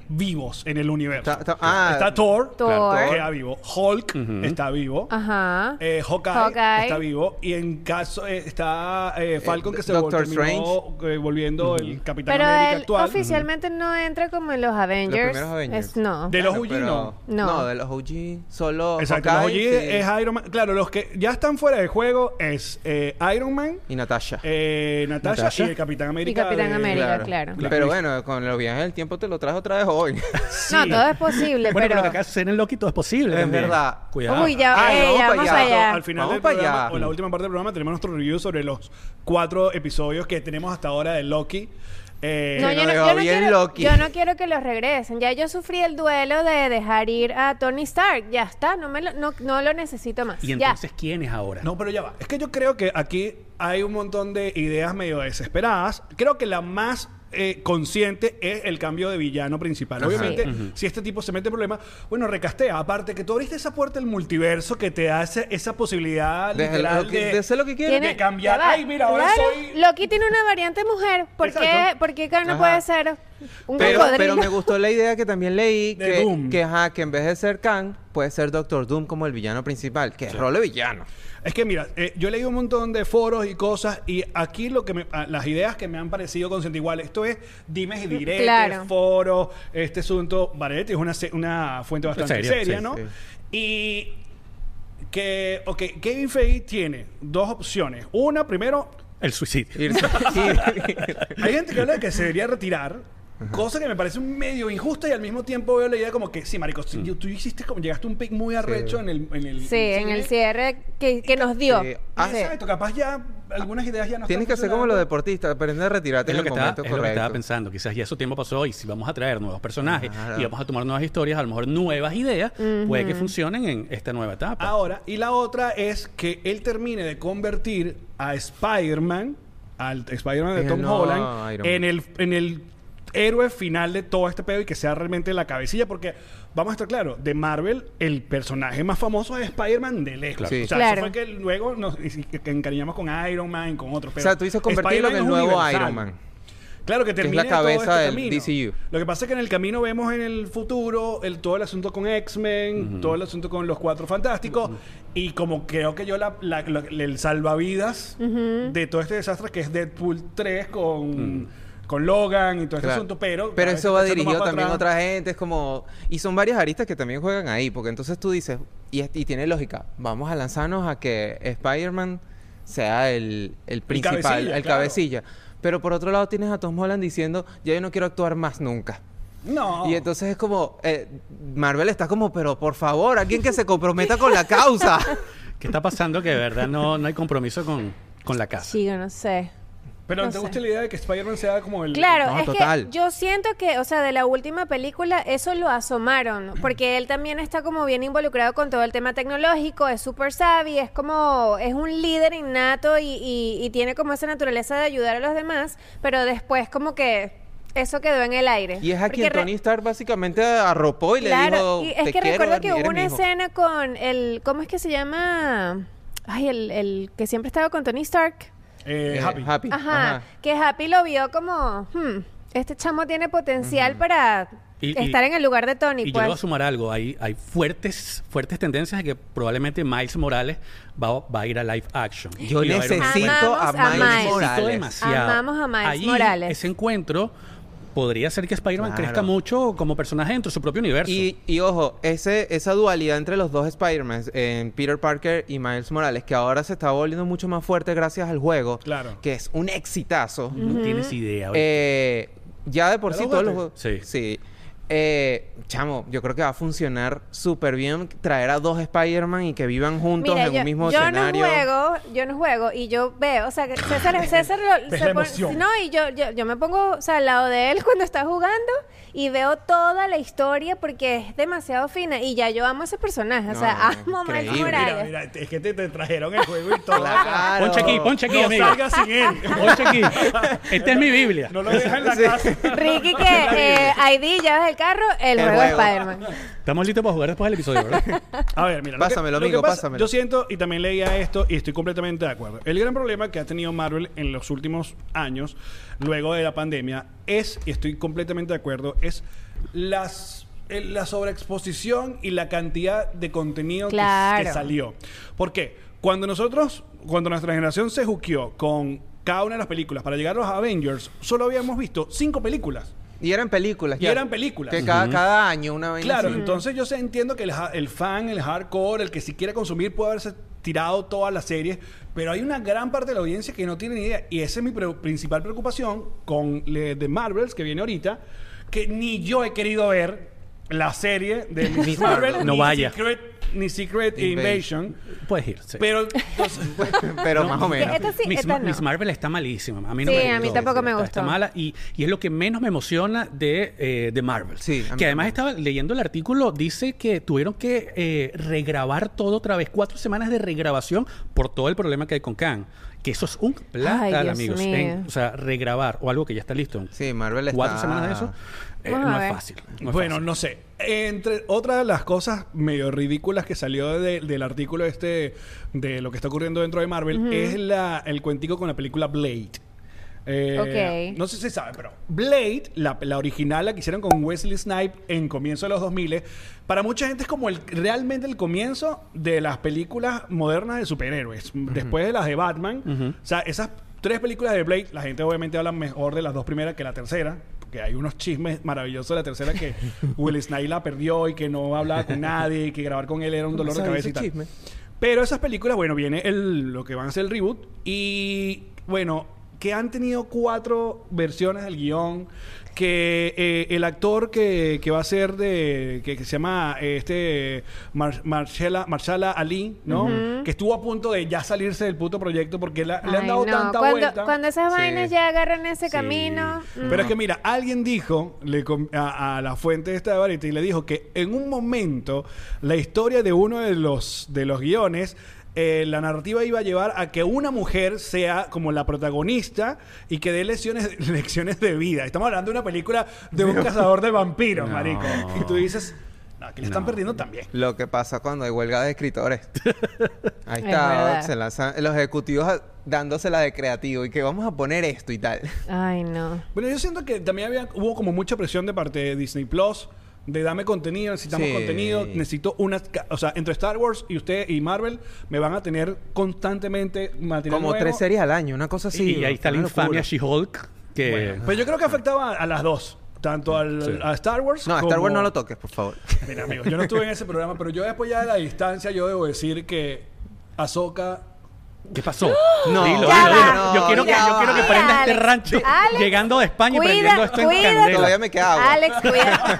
[SPEAKER 2] vivos en el universo.
[SPEAKER 3] Ta- ta- ah,
[SPEAKER 2] está Thor,
[SPEAKER 4] Thor.
[SPEAKER 2] que queda vivo. Hulk
[SPEAKER 5] Ujú.
[SPEAKER 2] está vivo.
[SPEAKER 4] Ajá.
[SPEAKER 2] Eh, Hawkeye,
[SPEAKER 4] Hawkeye.
[SPEAKER 2] está vivo. Y en caso eh, está eh, Falcon,
[SPEAKER 3] Eh,
[SPEAKER 2] que se
[SPEAKER 3] Doctor
[SPEAKER 2] terminó, eh, volviendo el Capitán
[SPEAKER 4] Pero
[SPEAKER 2] América
[SPEAKER 4] él
[SPEAKER 2] actual.
[SPEAKER 4] oficialmente no entra como en los Avengers.
[SPEAKER 3] Los primeros Avengers.
[SPEAKER 4] Es- no.
[SPEAKER 2] De los
[SPEAKER 3] Claro,
[SPEAKER 2] O G
[SPEAKER 3] pero-
[SPEAKER 2] no.
[SPEAKER 4] No.
[SPEAKER 3] No, de los O G solo
[SPEAKER 2] Exacto, los O G
[SPEAKER 3] Hawkeye, sí,
[SPEAKER 2] es Iron Man. Claro, los que ya están fuera de juego es eh, Iron Man,
[SPEAKER 3] y Natasha.
[SPEAKER 2] eh, Natasha,
[SPEAKER 5] Natasha.
[SPEAKER 2] y el Capitán
[SPEAKER 4] Y
[SPEAKER 2] América.
[SPEAKER 4] Capitán
[SPEAKER 2] de-
[SPEAKER 4] América, claro.
[SPEAKER 2] Black
[SPEAKER 3] Pero
[SPEAKER 2] Widow.
[SPEAKER 3] bueno, con los viajes del tiempo te lo traes otra vez hoy.
[SPEAKER 2] Sí.
[SPEAKER 4] No, todo es posible,
[SPEAKER 5] Bueno, pero
[SPEAKER 4] pero...
[SPEAKER 5] lo que acá hacer en Loki todo es posible.
[SPEAKER 3] Es
[SPEAKER 5] también.
[SPEAKER 3] verdad.
[SPEAKER 5] Cuidado.
[SPEAKER 4] Uy, ya,
[SPEAKER 3] Ay,
[SPEAKER 4] eh,
[SPEAKER 3] vamos
[SPEAKER 4] ya,
[SPEAKER 3] pa'
[SPEAKER 4] vamos
[SPEAKER 3] allá.
[SPEAKER 4] allá.
[SPEAKER 2] Al final
[SPEAKER 3] Vamos
[SPEAKER 2] del
[SPEAKER 3] pa'
[SPEAKER 2] programa,
[SPEAKER 3] allá.
[SPEAKER 2] o la última parte del programa, tenemos nuestro review sobre los cuatro episodios que tenemos hasta ahora de Loki. Eh,
[SPEAKER 4] No,
[SPEAKER 3] Que
[SPEAKER 4] yo
[SPEAKER 3] nos
[SPEAKER 4] no,
[SPEAKER 3] dejó
[SPEAKER 4] yo no
[SPEAKER 3] bien
[SPEAKER 4] quiero,
[SPEAKER 3] Loki.
[SPEAKER 4] yo no quiero que los regresen. Ya yo sufrí el duelo de dejar ir a Tony Stark. Ya está, no, me lo, no, no lo necesito más.
[SPEAKER 5] ¿Y
[SPEAKER 4] ya.
[SPEAKER 5] entonces quién es ahora?
[SPEAKER 2] No, pero ya va. Es que yo creo que aquí hay un montón de ideas medio desesperadas. Creo que la más eh, consciente es el cambio de villano principal.
[SPEAKER 3] Ajá.
[SPEAKER 2] Obviamente,
[SPEAKER 5] Sí. Ujú.
[SPEAKER 2] si este tipo se mete en problemas, bueno, recastea. Aparte que tú abriste esa puerta del multiverso que te da ese- esa posibilidad
[SPEAKER 3] De,
[SPEAKER 2] literal
[SPEAKER 3] lo que-
[SPEAKER 2] de,
[SPEAKER 3] de hacer lo que quieres.
[SPEAKER 4] Tiene-
[SPEAKER 2] de cambiar.
[SPEAKER 4] ya va.
[SPEAKER 2] Ay, mira, ahora
[SPEAKER 4] Claro,
[SPEAKER 2] soy...
[SPEAKER 4] Loki tiene una variante mujer. ¿Por qué,
[SPEAKER 2] Exacto.
[SPEAKER 4] ¿por qué Khan no
[SPEAKER 3] Ajá.
[SPEAKER 4] puede ser un
[SPEAKER 3] Pero,
[SPEAKER 4] cocodrilo?
[SPEAKER 3] pero me gustó la idea que también leí
[SPEAKER 2] De
[SPEAKER 3] que,
[SPEAKER 2] Doom.
[SPEAKER 3] que, ajá, que en vez de ser Kang, puede ser Doctor Doom como el villano principal, que es rol de villano.
[SPEAKER 2] Es que mira, eh, yo he leído un montón de foros y cosas y aquí lo que me, ah, las ideas que me han parecido conscientes igual, esto es dimes y diretes,
[SPEAKER 4] Claro.
[SPEAKER 2] foros, este asunto, Variety es una, se- una fuente bastante
[SPEAKER 5] Seria,
[SPEAKER 2] seria,
[SPEAKER 5] sí,
[SPEAKER 2] ¿no?
[SPEAKER 3] sí.
[SPEAKER 2] Y que, ok, Kevin Feige tiene dos opciones. Una, primero,
[SPEAKER 5] El suicidio.
[SPEAKER 3] Irse-
[SPEAKER 2] hay gente que habla de que se debería retirar. Cosa que me parece un medio injusta y al mismo tiempo veo la idea como que sí, marico, si
[SPEAKER 3] Mm.
[SPEAKER 2] tú hiciste como llegaste a un pic muy arrecho en el en el
[SPEAKER 4] Sí, en el
[SPEAKER 2] cine.
[SPEAKER 4] cierre que, que nos dio.
[SPEAKER 3] Sí.
[SPEAKER 2] Ah,
[SPEAKER 3] Ah,
[SPEAKER 4] Sí.
[SPEAKER 2] exacto, capaz ya algunas ideas ya no
[SPEAKER 3] Tienes que
[SPEAKER 2] están
[SPEAKER 3] hacer como los
[SPEAKER 2] funcionando.
[SPEAKER 3] deportistas, aprender a retirarte
[SPEAKER 5] Es
[SPEAKER 3] en
[SPEAKER 5] lo,
[SPEAKER 3] el
[SPEAKER 5] que estaba,
[SPEAKER 3] momento
[SPEAKER 5] es lo que estaba
[SPEAKER 3] correcto.
[SPEAKER 5] pensando. Quizás ya su tiempo pasó y si vamos a traer nuevos personajes
[SPEAKER 3] Claro.
[SPEAKER 5] y vamos a tomar nuevas historias, a lo mejor nuevas ideas, puede que funcionen en esta nueva etapa.
[SPEAKER 2] Ahora, y la otra es que él termine de convertir a Spider-Man, al Spider-Man de
[SPEAKER 3] En
[SPEAKER 2] Tom
[SPEAKER 3] el nuevo
[SPEAKER 2] Holland,
[SPEAKER 3] Iron
[SPEAKER 2] en
[SPEAKER 3] Man.
[SPEAKER 2] el, en el héroe final de todo este pedo y que sea realmente la cabecilla, porque vamos a estar claros, de Marvel, el personaje más famoso es Spider-Man de lejos.
[SPEAKER 3] Claro. Sí.
[SPEAKER 2] O sea,
[SPEAKER 4] Claro.
[SPEAKER 2] eso fue que luego nos y- que encariñamos con Iron Man, con otros.
[SPEAKER 3] O sea, tú dices convertirlo en el
[SPEAKER 2] Spider-Man es
[SPEAKER 3] nuevo
[SPEAKER 2] universal.
[SPEAKER 3] Iron Man.
[SPEAKER 2] Claro, que
[SPEAKER 3] Que es
[SPEAKER 2] termine
[SPEAKER 3] la cabeza
[SPEAKER 2] todo este
[SPEAKER 3] del
[SPEAKER 2] camino.
[SPEAKER 3] D C U.
[SPEAKER 2] Lo que pasa es que en el camino vemos en el futuro el, todo el asunto con X-Men, todo el asunto con los Cuatro Fantásticos, y como creo que yo la, la- la- el salvavidas de todo este desastre que es Deadpool tres con, con Logan y todo este
[SPEAKER 3] Claro.
[SPEAKER 2] asunto, pero...
[SPEAKER 3] Pero
[SPEAKER 2] cada vez
[SPEAKER 3] eso va
[SPEAKER 2] está echando
[SPEAKER 3] dirigido
[SPEAKER 2] más para
[SPEAKER 3] también a
[SPEAKER 2] atrás.
[SPEAKER 3] otra gente, es como... Y son varias aristas que también juegan ahí, porque entonces tú dices, y, es- y tiene lógica, vamos a lanzarnos a que Spider-Man sea el, el principal, el
[SPEAKER 2] cabecilla, claro.
[SPEAKER 3] cabecilla. Pero por otro lado tienes a Tom Holland diciendo, ya yo no quiero actuar más nunca.
[SPEAKER 2] No.
[SPEAKER 3] Y entonces es como, eh, Marvel está como, pero por favor, alguien que se comprometa con la causa.
[SPEAKER 5] ¿Qué está pasando? Que de verdad no, no hay compromiso con, con la casa.
[SPEAKER 4] Sí, yo no sé.
[SPEAKER 2] Pero
[SPEAKER 4] no
[SPEAKER 2] ¿te
[SPEAKER 4] sé.
[SPEAKER 2] gusta la idea de que Spider-Man sea como el...
[SPEAKER 4] Claro,
[SPEAKER 3] No,
[SPEAKER 4] es
[SPEAKER 3] total.
[SPEAKER 4] que yo siento que, o sea, de la última película eso lo asomaron, porque él también está como bien involucrado con todo el tema tecnológico, es súper savvy, es como, es un líder innato y, y, y tiene como esa naturaleza de ayudar a los demás, pero después como que eso quedó en el aire.
[SPEAKER 3] Y es a quien
[SPEAKER 4] Porque re-
[SPEAKER 3] Tony Stark básicamente arropó y
[SPEAKER 4] Claro,
[SPEAKER 3] le
[SPEAKER 4] y
[SPEAKER 3] dijo,
[SPEAKER 4] es
[SPEAKER 3] te
[SPEAKER 4] que
[SPEAKER 3] quiero,
[SPEAKER 4] recuerdo que
[SPEAKER 3] eres
[SPEAKER 4] hubo
[SPEAKER 3] mi
[SPEAKER 4] una
[SPEAKER 3] hijo".
[SPEAKER 4] escena con el, ¿cómo es que se llama? Ay, el, el que siempre estaba con Tony Stark.
[SPEAKER 2] Eh,
[SPEAKER 3] Eh,
[SPEAKER 2] Happy.
[SPEAKER 3] Happy.
[SPEAKER 4] Ajá,
[SPEAKER 3] Ajá.
[SPEAKER 4] que Happy lo vio como, hmm, este chamo tiene potencial para
[SPEAKER 5] Y- y-
[SPEAKER 4] estar en el lugar de Tony.
[SPEAKER 5] Y yo
[SPEAKER 4] pues.
[SPEAKER 5] le voy a sumar algo. Hay, hay fuertes, fuertes tendencias de que probablemente Miles Morales va, va a ir a live action.
[SPEAKER 3] Yo
[SPEAKER 5] Y va a haber un-
[SPEAKER 3] necesito
[SPEAKER 4] Amamos
[SPEAKER 3] a
[SPEAKER 4] a
[SPEAKER 3] Miles
[SPEAKER 4] Miles.
[SPEAKER 5] Necesito
[SPEAKER 3] Morales.
[SPEAKER 5] demasiado.
[SPEAKER 4] Amamos a Miles
[SPEAKER 5] Ahí,
[SPEAKER 4] Morales.
[SPEAKER 5] ese encuentro podría ser que Spider-Man
[SPEAKER 3] Claro.
[SPEAKER 5] crezca mucho como personaje dentro de su propio universo.
[SPEAKER 3] Y, y ojo, ese, esa dualidad entre los dos Spider-Man, en Peter Parker y Miles Morales, que ahora se está volviendo mucho más fuerte gracias al juego,
[SPEAKER 2] Claro.
[SPEAKER 3] que es un exitazo.
[SPEAKER 5] no tienes idea. ¿oíste?
[SPEAKER 3] Eh, ya de por
[SPEAKER 2] ¿Ya
[SPEAKER 3] sí
[SPEAKER 2] lo
[SPEAKER 3] todos los
[SPEAKER 2] jugaste?
[SPEAKER 3] juegos...
[SPEAKER 5] Sí.
[SPEAKER 3] Sí. Eh, chamo, yo creo que va a funcionar súper bien traer a dos Spider-Man y que vivan juntos
[SPEAKER 4] Mira,
[SPEAKER 3] en
[SPEAKER 4] yo,
[SPEAKER 3] un mismo
[SPEAKER 4] yo
[SPEAKER 3] escenario.
[SPEAKER 4] no juego, yo no juego y yo veo, o sea, que César, César lo-
[SPEAKER 2] Ves
[SPEAKER 4] se
[SPEAKER 2] la
[SPEAKER 4] pone-
[SPEAKER 2] emoción.
[SPEAKER 4] no, y yo, yo, yo me pongo, o sea, al lado de él cuando está jugando y veo toda la historia porque es demasiado fina y ya yo amo ese personaje, o sea,
[SPEAKER 3] No,
[SPEAKER 4] amo a Miles
[SPEAKER 3] increíble.
[SPEAKER 2] Mira,
[SPEAKER 4] Morales.
[SPEAKER 2] mira, es que te, te trajeron el juego y todo.
[SPEAKER 3] Claro.
[SPEAKER 5] Ponche aquí, ponche aquí,
[SPEAKER 2] No
[SPEAKER 5] amigo.
[SPEAKER 2] salgas sin él.
[SPEAKER 5] Ponche aquí. Esta es mi Biblia.
[SPEAKER 2] No lo dejas en la
[SPEAKER 3] Sí.
[SPEAKER 2] casa.
[SPEAKER 4] Ricky, que eh, I D, llaves el carro, el,
[SPEAKER 3] El
[SPEAKER 4] juego de
[SPEAKER 3] juego.
[SPEAKER 4] Spider-Man.
[SPEAKER 5] Estamos listos para jugar después del episodio, ¿verdad?
[SPEAKER 2] A ver, mira. lo que-
[SPEAKER 3] Pásamelo,
[SPEAKER 2] lo que
[SPEAKER 3] amigo,
[SPEAKER 2] pasa-
[SPEAKER 3] pásamelo.
[SPEAKER 2] Yo siento, y también leía esto, y estoy completamente de acuerdo. El gran problema que ha tenido Marvel en los últimos años, luego de la pandemia, es, y estoy completamente de acuerdo, es las, el- la sobreexposición y la cantidad de contenido que-
[SPEAKER 4] Claro.
[SPEAKER 2] que, salió. ¿Por qué? Cuando nosotros, cuando nuestra generación se juqueó con cada una de las películas para llegar a los Avengers, solo habíamos visto cinco películas.
[SPEAKER 3] Y eran películas.
[SPEAKER 2] Y
[SPEAKER 3] ya.
[SPEAKER 2] eran películas.
[SPEAKER 3] Que cada, cada año una vaina
[SPEAKER 2] Claro,
[SPEAKER 3] así.
[SPEAKER 2] entonces yo sé, entiendo que el, ha- el fan, el hardcore, el que si quiere consumir puede haberse tirado toda la serie, pero hay una gran parte de la audiencia que no tiene ni idea. Y esa es mi pre- principal preocupación con le- de Marvels, que viene ahorita, que ni yo he querido ver la serie de Miss Marvel,
[SPEAKER 5] No
[SPEAKER 2] ni
[SPEAKER 5] vaya.
[SPEAKER 2] Secret, ni Secret Invasion.
[SPEAKER 5] Puedes ir, sí.
[SPEAKER 2] Pero, entonces,
[SPEAKER 3] Pero más o menos.
[SPEAKER 4] Esta sí,
[SPEAKER 5] Miss,
[SPEAKER 4] esta no.
[SPEAKER 5] Miss Marvel está malísima. A mí no
[SPEAKER 4] Sí,
[SPEAKER 5] me
[SPEAKER 4] a mí
[SPEAKER 5] gustó.
[SPEAKER 4] tampoco me
[SPEAKER 5] Está-
[SPEAKER 4] gustó.
[SPEAKER 5] Está mala y, y es lo que menos me emociona de, eh, de Marvel.
[SPEAKER 3] Sí, a mí
[SPEAKER 5] que además
[SPEAKER 3] también.
[SPEAKER 5] estaba leyendo el artículo, dice que tuvieron que eh, regrabar todo otra vez. Cuatro semanas de regrabación por todo el problema que hay con Khan. Que eso es un platal,
[SPEAKER 4] Ay, Dios
[SPEAKER 5] amigos.
[SPEAKER 4] mío.
[SPEAKER 5] En- o sea, regrabar o algo que ya está listo.
[SPEAKER 3] Sí, Marvel está...
[SPEAKER 5] Cuatro semanas de eso. eh,
[SPEAKER 4] Vamos a
[SPEAKER 5] no
[SPEAKER 4] ver.
[SPEAKER 5] es fácil. no es
[SPEAKER 2] bueno,
[SPEAKER 5] fácil.
[SPEAKER 2] no sé. Entre otras de las cosas medio ridículas que salió de- del artículo este de lo que está ocurriendo dentro de Marvel es la, el cuentico con la película Blade. Eh,
[SPEAKER 4] Ok.
[SPEAKER 2] No sé si se sabe, pero Blade, la, la original, la que hicieron con Wesley Snipes en comienzo de los dos mil, para mucha gente es como el, realmente el comienzo de las películas modernas de superhéroes. Después de las de Batman.
[SPEAKER 5] Ujú.
[SPEAKER 2] O sea, esas tres películas de Blade, la gente obviamente habla mejor de las dos primeras que la tercera. Porque hay unos chismes maravillosos de la tercera que Will Snipes la perdió y que no hablaba con nadie y que grabar con él era un dolor de
[SPEAKER 3] ¿Sabes
[SPEAKER 2] cabeza y
[SPEAKER 3] ese
[SPEAKER 2] tal.
[SPEAKER 3] chisme?
[SPEAKER 2] Pero esas películas, bueno, viene el, lo que van a ser el reboot y, bueno, que han tenido cuatro versiones del guión, que eh, el actor que, que va a ser de, que, que se llama eh, este Mar- Marshala, Marshala Ali, ¿no?
[SPEAKER 4] Ujú.
[SPEAKER 2] Que estuvo a punto de ya salirse del puto proyecto porque la- le han
[SPEAKER 4] Ay,
[SPEAKER 2] dado
[SPEAKER 4] no.
[SPEAKER 2] tanta
[SPEAKER 4] cuando,
[SPEAKER 2] vuelta.
[SPEAKER 4] Cuando esas
[SPEAKER 3] Sí.
[SPEAKER 4] vainas ya agarran ese
[SPEAKER 5] Sí.
[SPEAKER 4] camino. mm.
[SPEAKER 2] Pero es que mira, alguien dijo le com- a, a la fuente esta de Variety y le dijo que en un momento la historia de uno de los de los guiones eh, la narrativa iba a llevar a que una mujer sea como la protagonista y que dé lecciones, lecciones de vida. Estamos hablando de una película de un cazador de vampiros,
[SPEAKER 5] No.
[SPEAKER 2] marico. Y tú dices, no, aquí le están
[SPEAKER 5] No.
[SPEAKER 2] perdiendo también.
[SPEAKER 3] Lo que pasa cuando hay huelga de escritores. Ahí
[SPEAKER 4] Es
[SPEAKER 3] está,
[SPEAKER 4] verdad.
[SPEAKER 3] se lanzan los ejecutivos a- dándosela de creativo y que vamos a poner esto y tal.
[SPEAKER 4] Ay, no.
[SPEAKER 2] Bueno, yo siento que también había, hubo como mucha presión de parte de Disney Plus, de dame contenido, necesitamos
[SPEAKER 3] Sí.
[SPEAKER 2] contenido, necesito una... ca- O sea, entre Star Wars y usted y Marvel me van a tener constantemente material
[SPEAKER 3] Como
[SPEAKER 2] nuevo.
[SPEAKER 3] tres series al año, una cosa así.
[SPEAKER 5] y ahí está la
[SPEAKER 3] una locura.
[SPEAKER 5] infamia She-Hulk. Que
[SPEAKER 2] Bueno, pues yo creo que afectaba a, a las dos. Tanto al,
[SPEAKER 5] Sí.
[SPEAKER 2] a Star Wars
[SPEAKER 3] No, a
[SPEAKER 2] como...
[SPEAKER 3] Star Wars no lo toques, por favor.
[SPEAKER 2] Mira, amigos, yo no estuve en ese programa, pero yo después ya de la distancia, yo debo decir que Ahsoka...
[SPEAKER 5] ¿Qué pasó?
[SPEAKER 3] No,
[SPEAKER 5] Dilo,
[SPEAKER 4] ya
[SPEAKER 5] dilo,
[SPEAKER 4] va.
[SPEAKER 5] dilo. Yo quiero que,
[SPEAKER 4] Ya
[SPEAKER 5] yo quiero que
[SPEAKER 4] va.
[SPEAKER 5] prenda
[SPEAKER 4] Mira,
[SPEAKER 5] este
[SPEAKER 4] Alex.
[SPEAKER 5] rancho
[SPEAKER 4] Alex,
[SPEAKER 5] llegando de España y
[SPEAKER 4] cuida-
[SPEAKER 5] prendiendo esto en
[SPEAKER 4] cuida-
[SPEAKER 5] candela.
[SPEAKER 3] Todavía me queda agua.
[SPEAKER 4] Alex, cuida.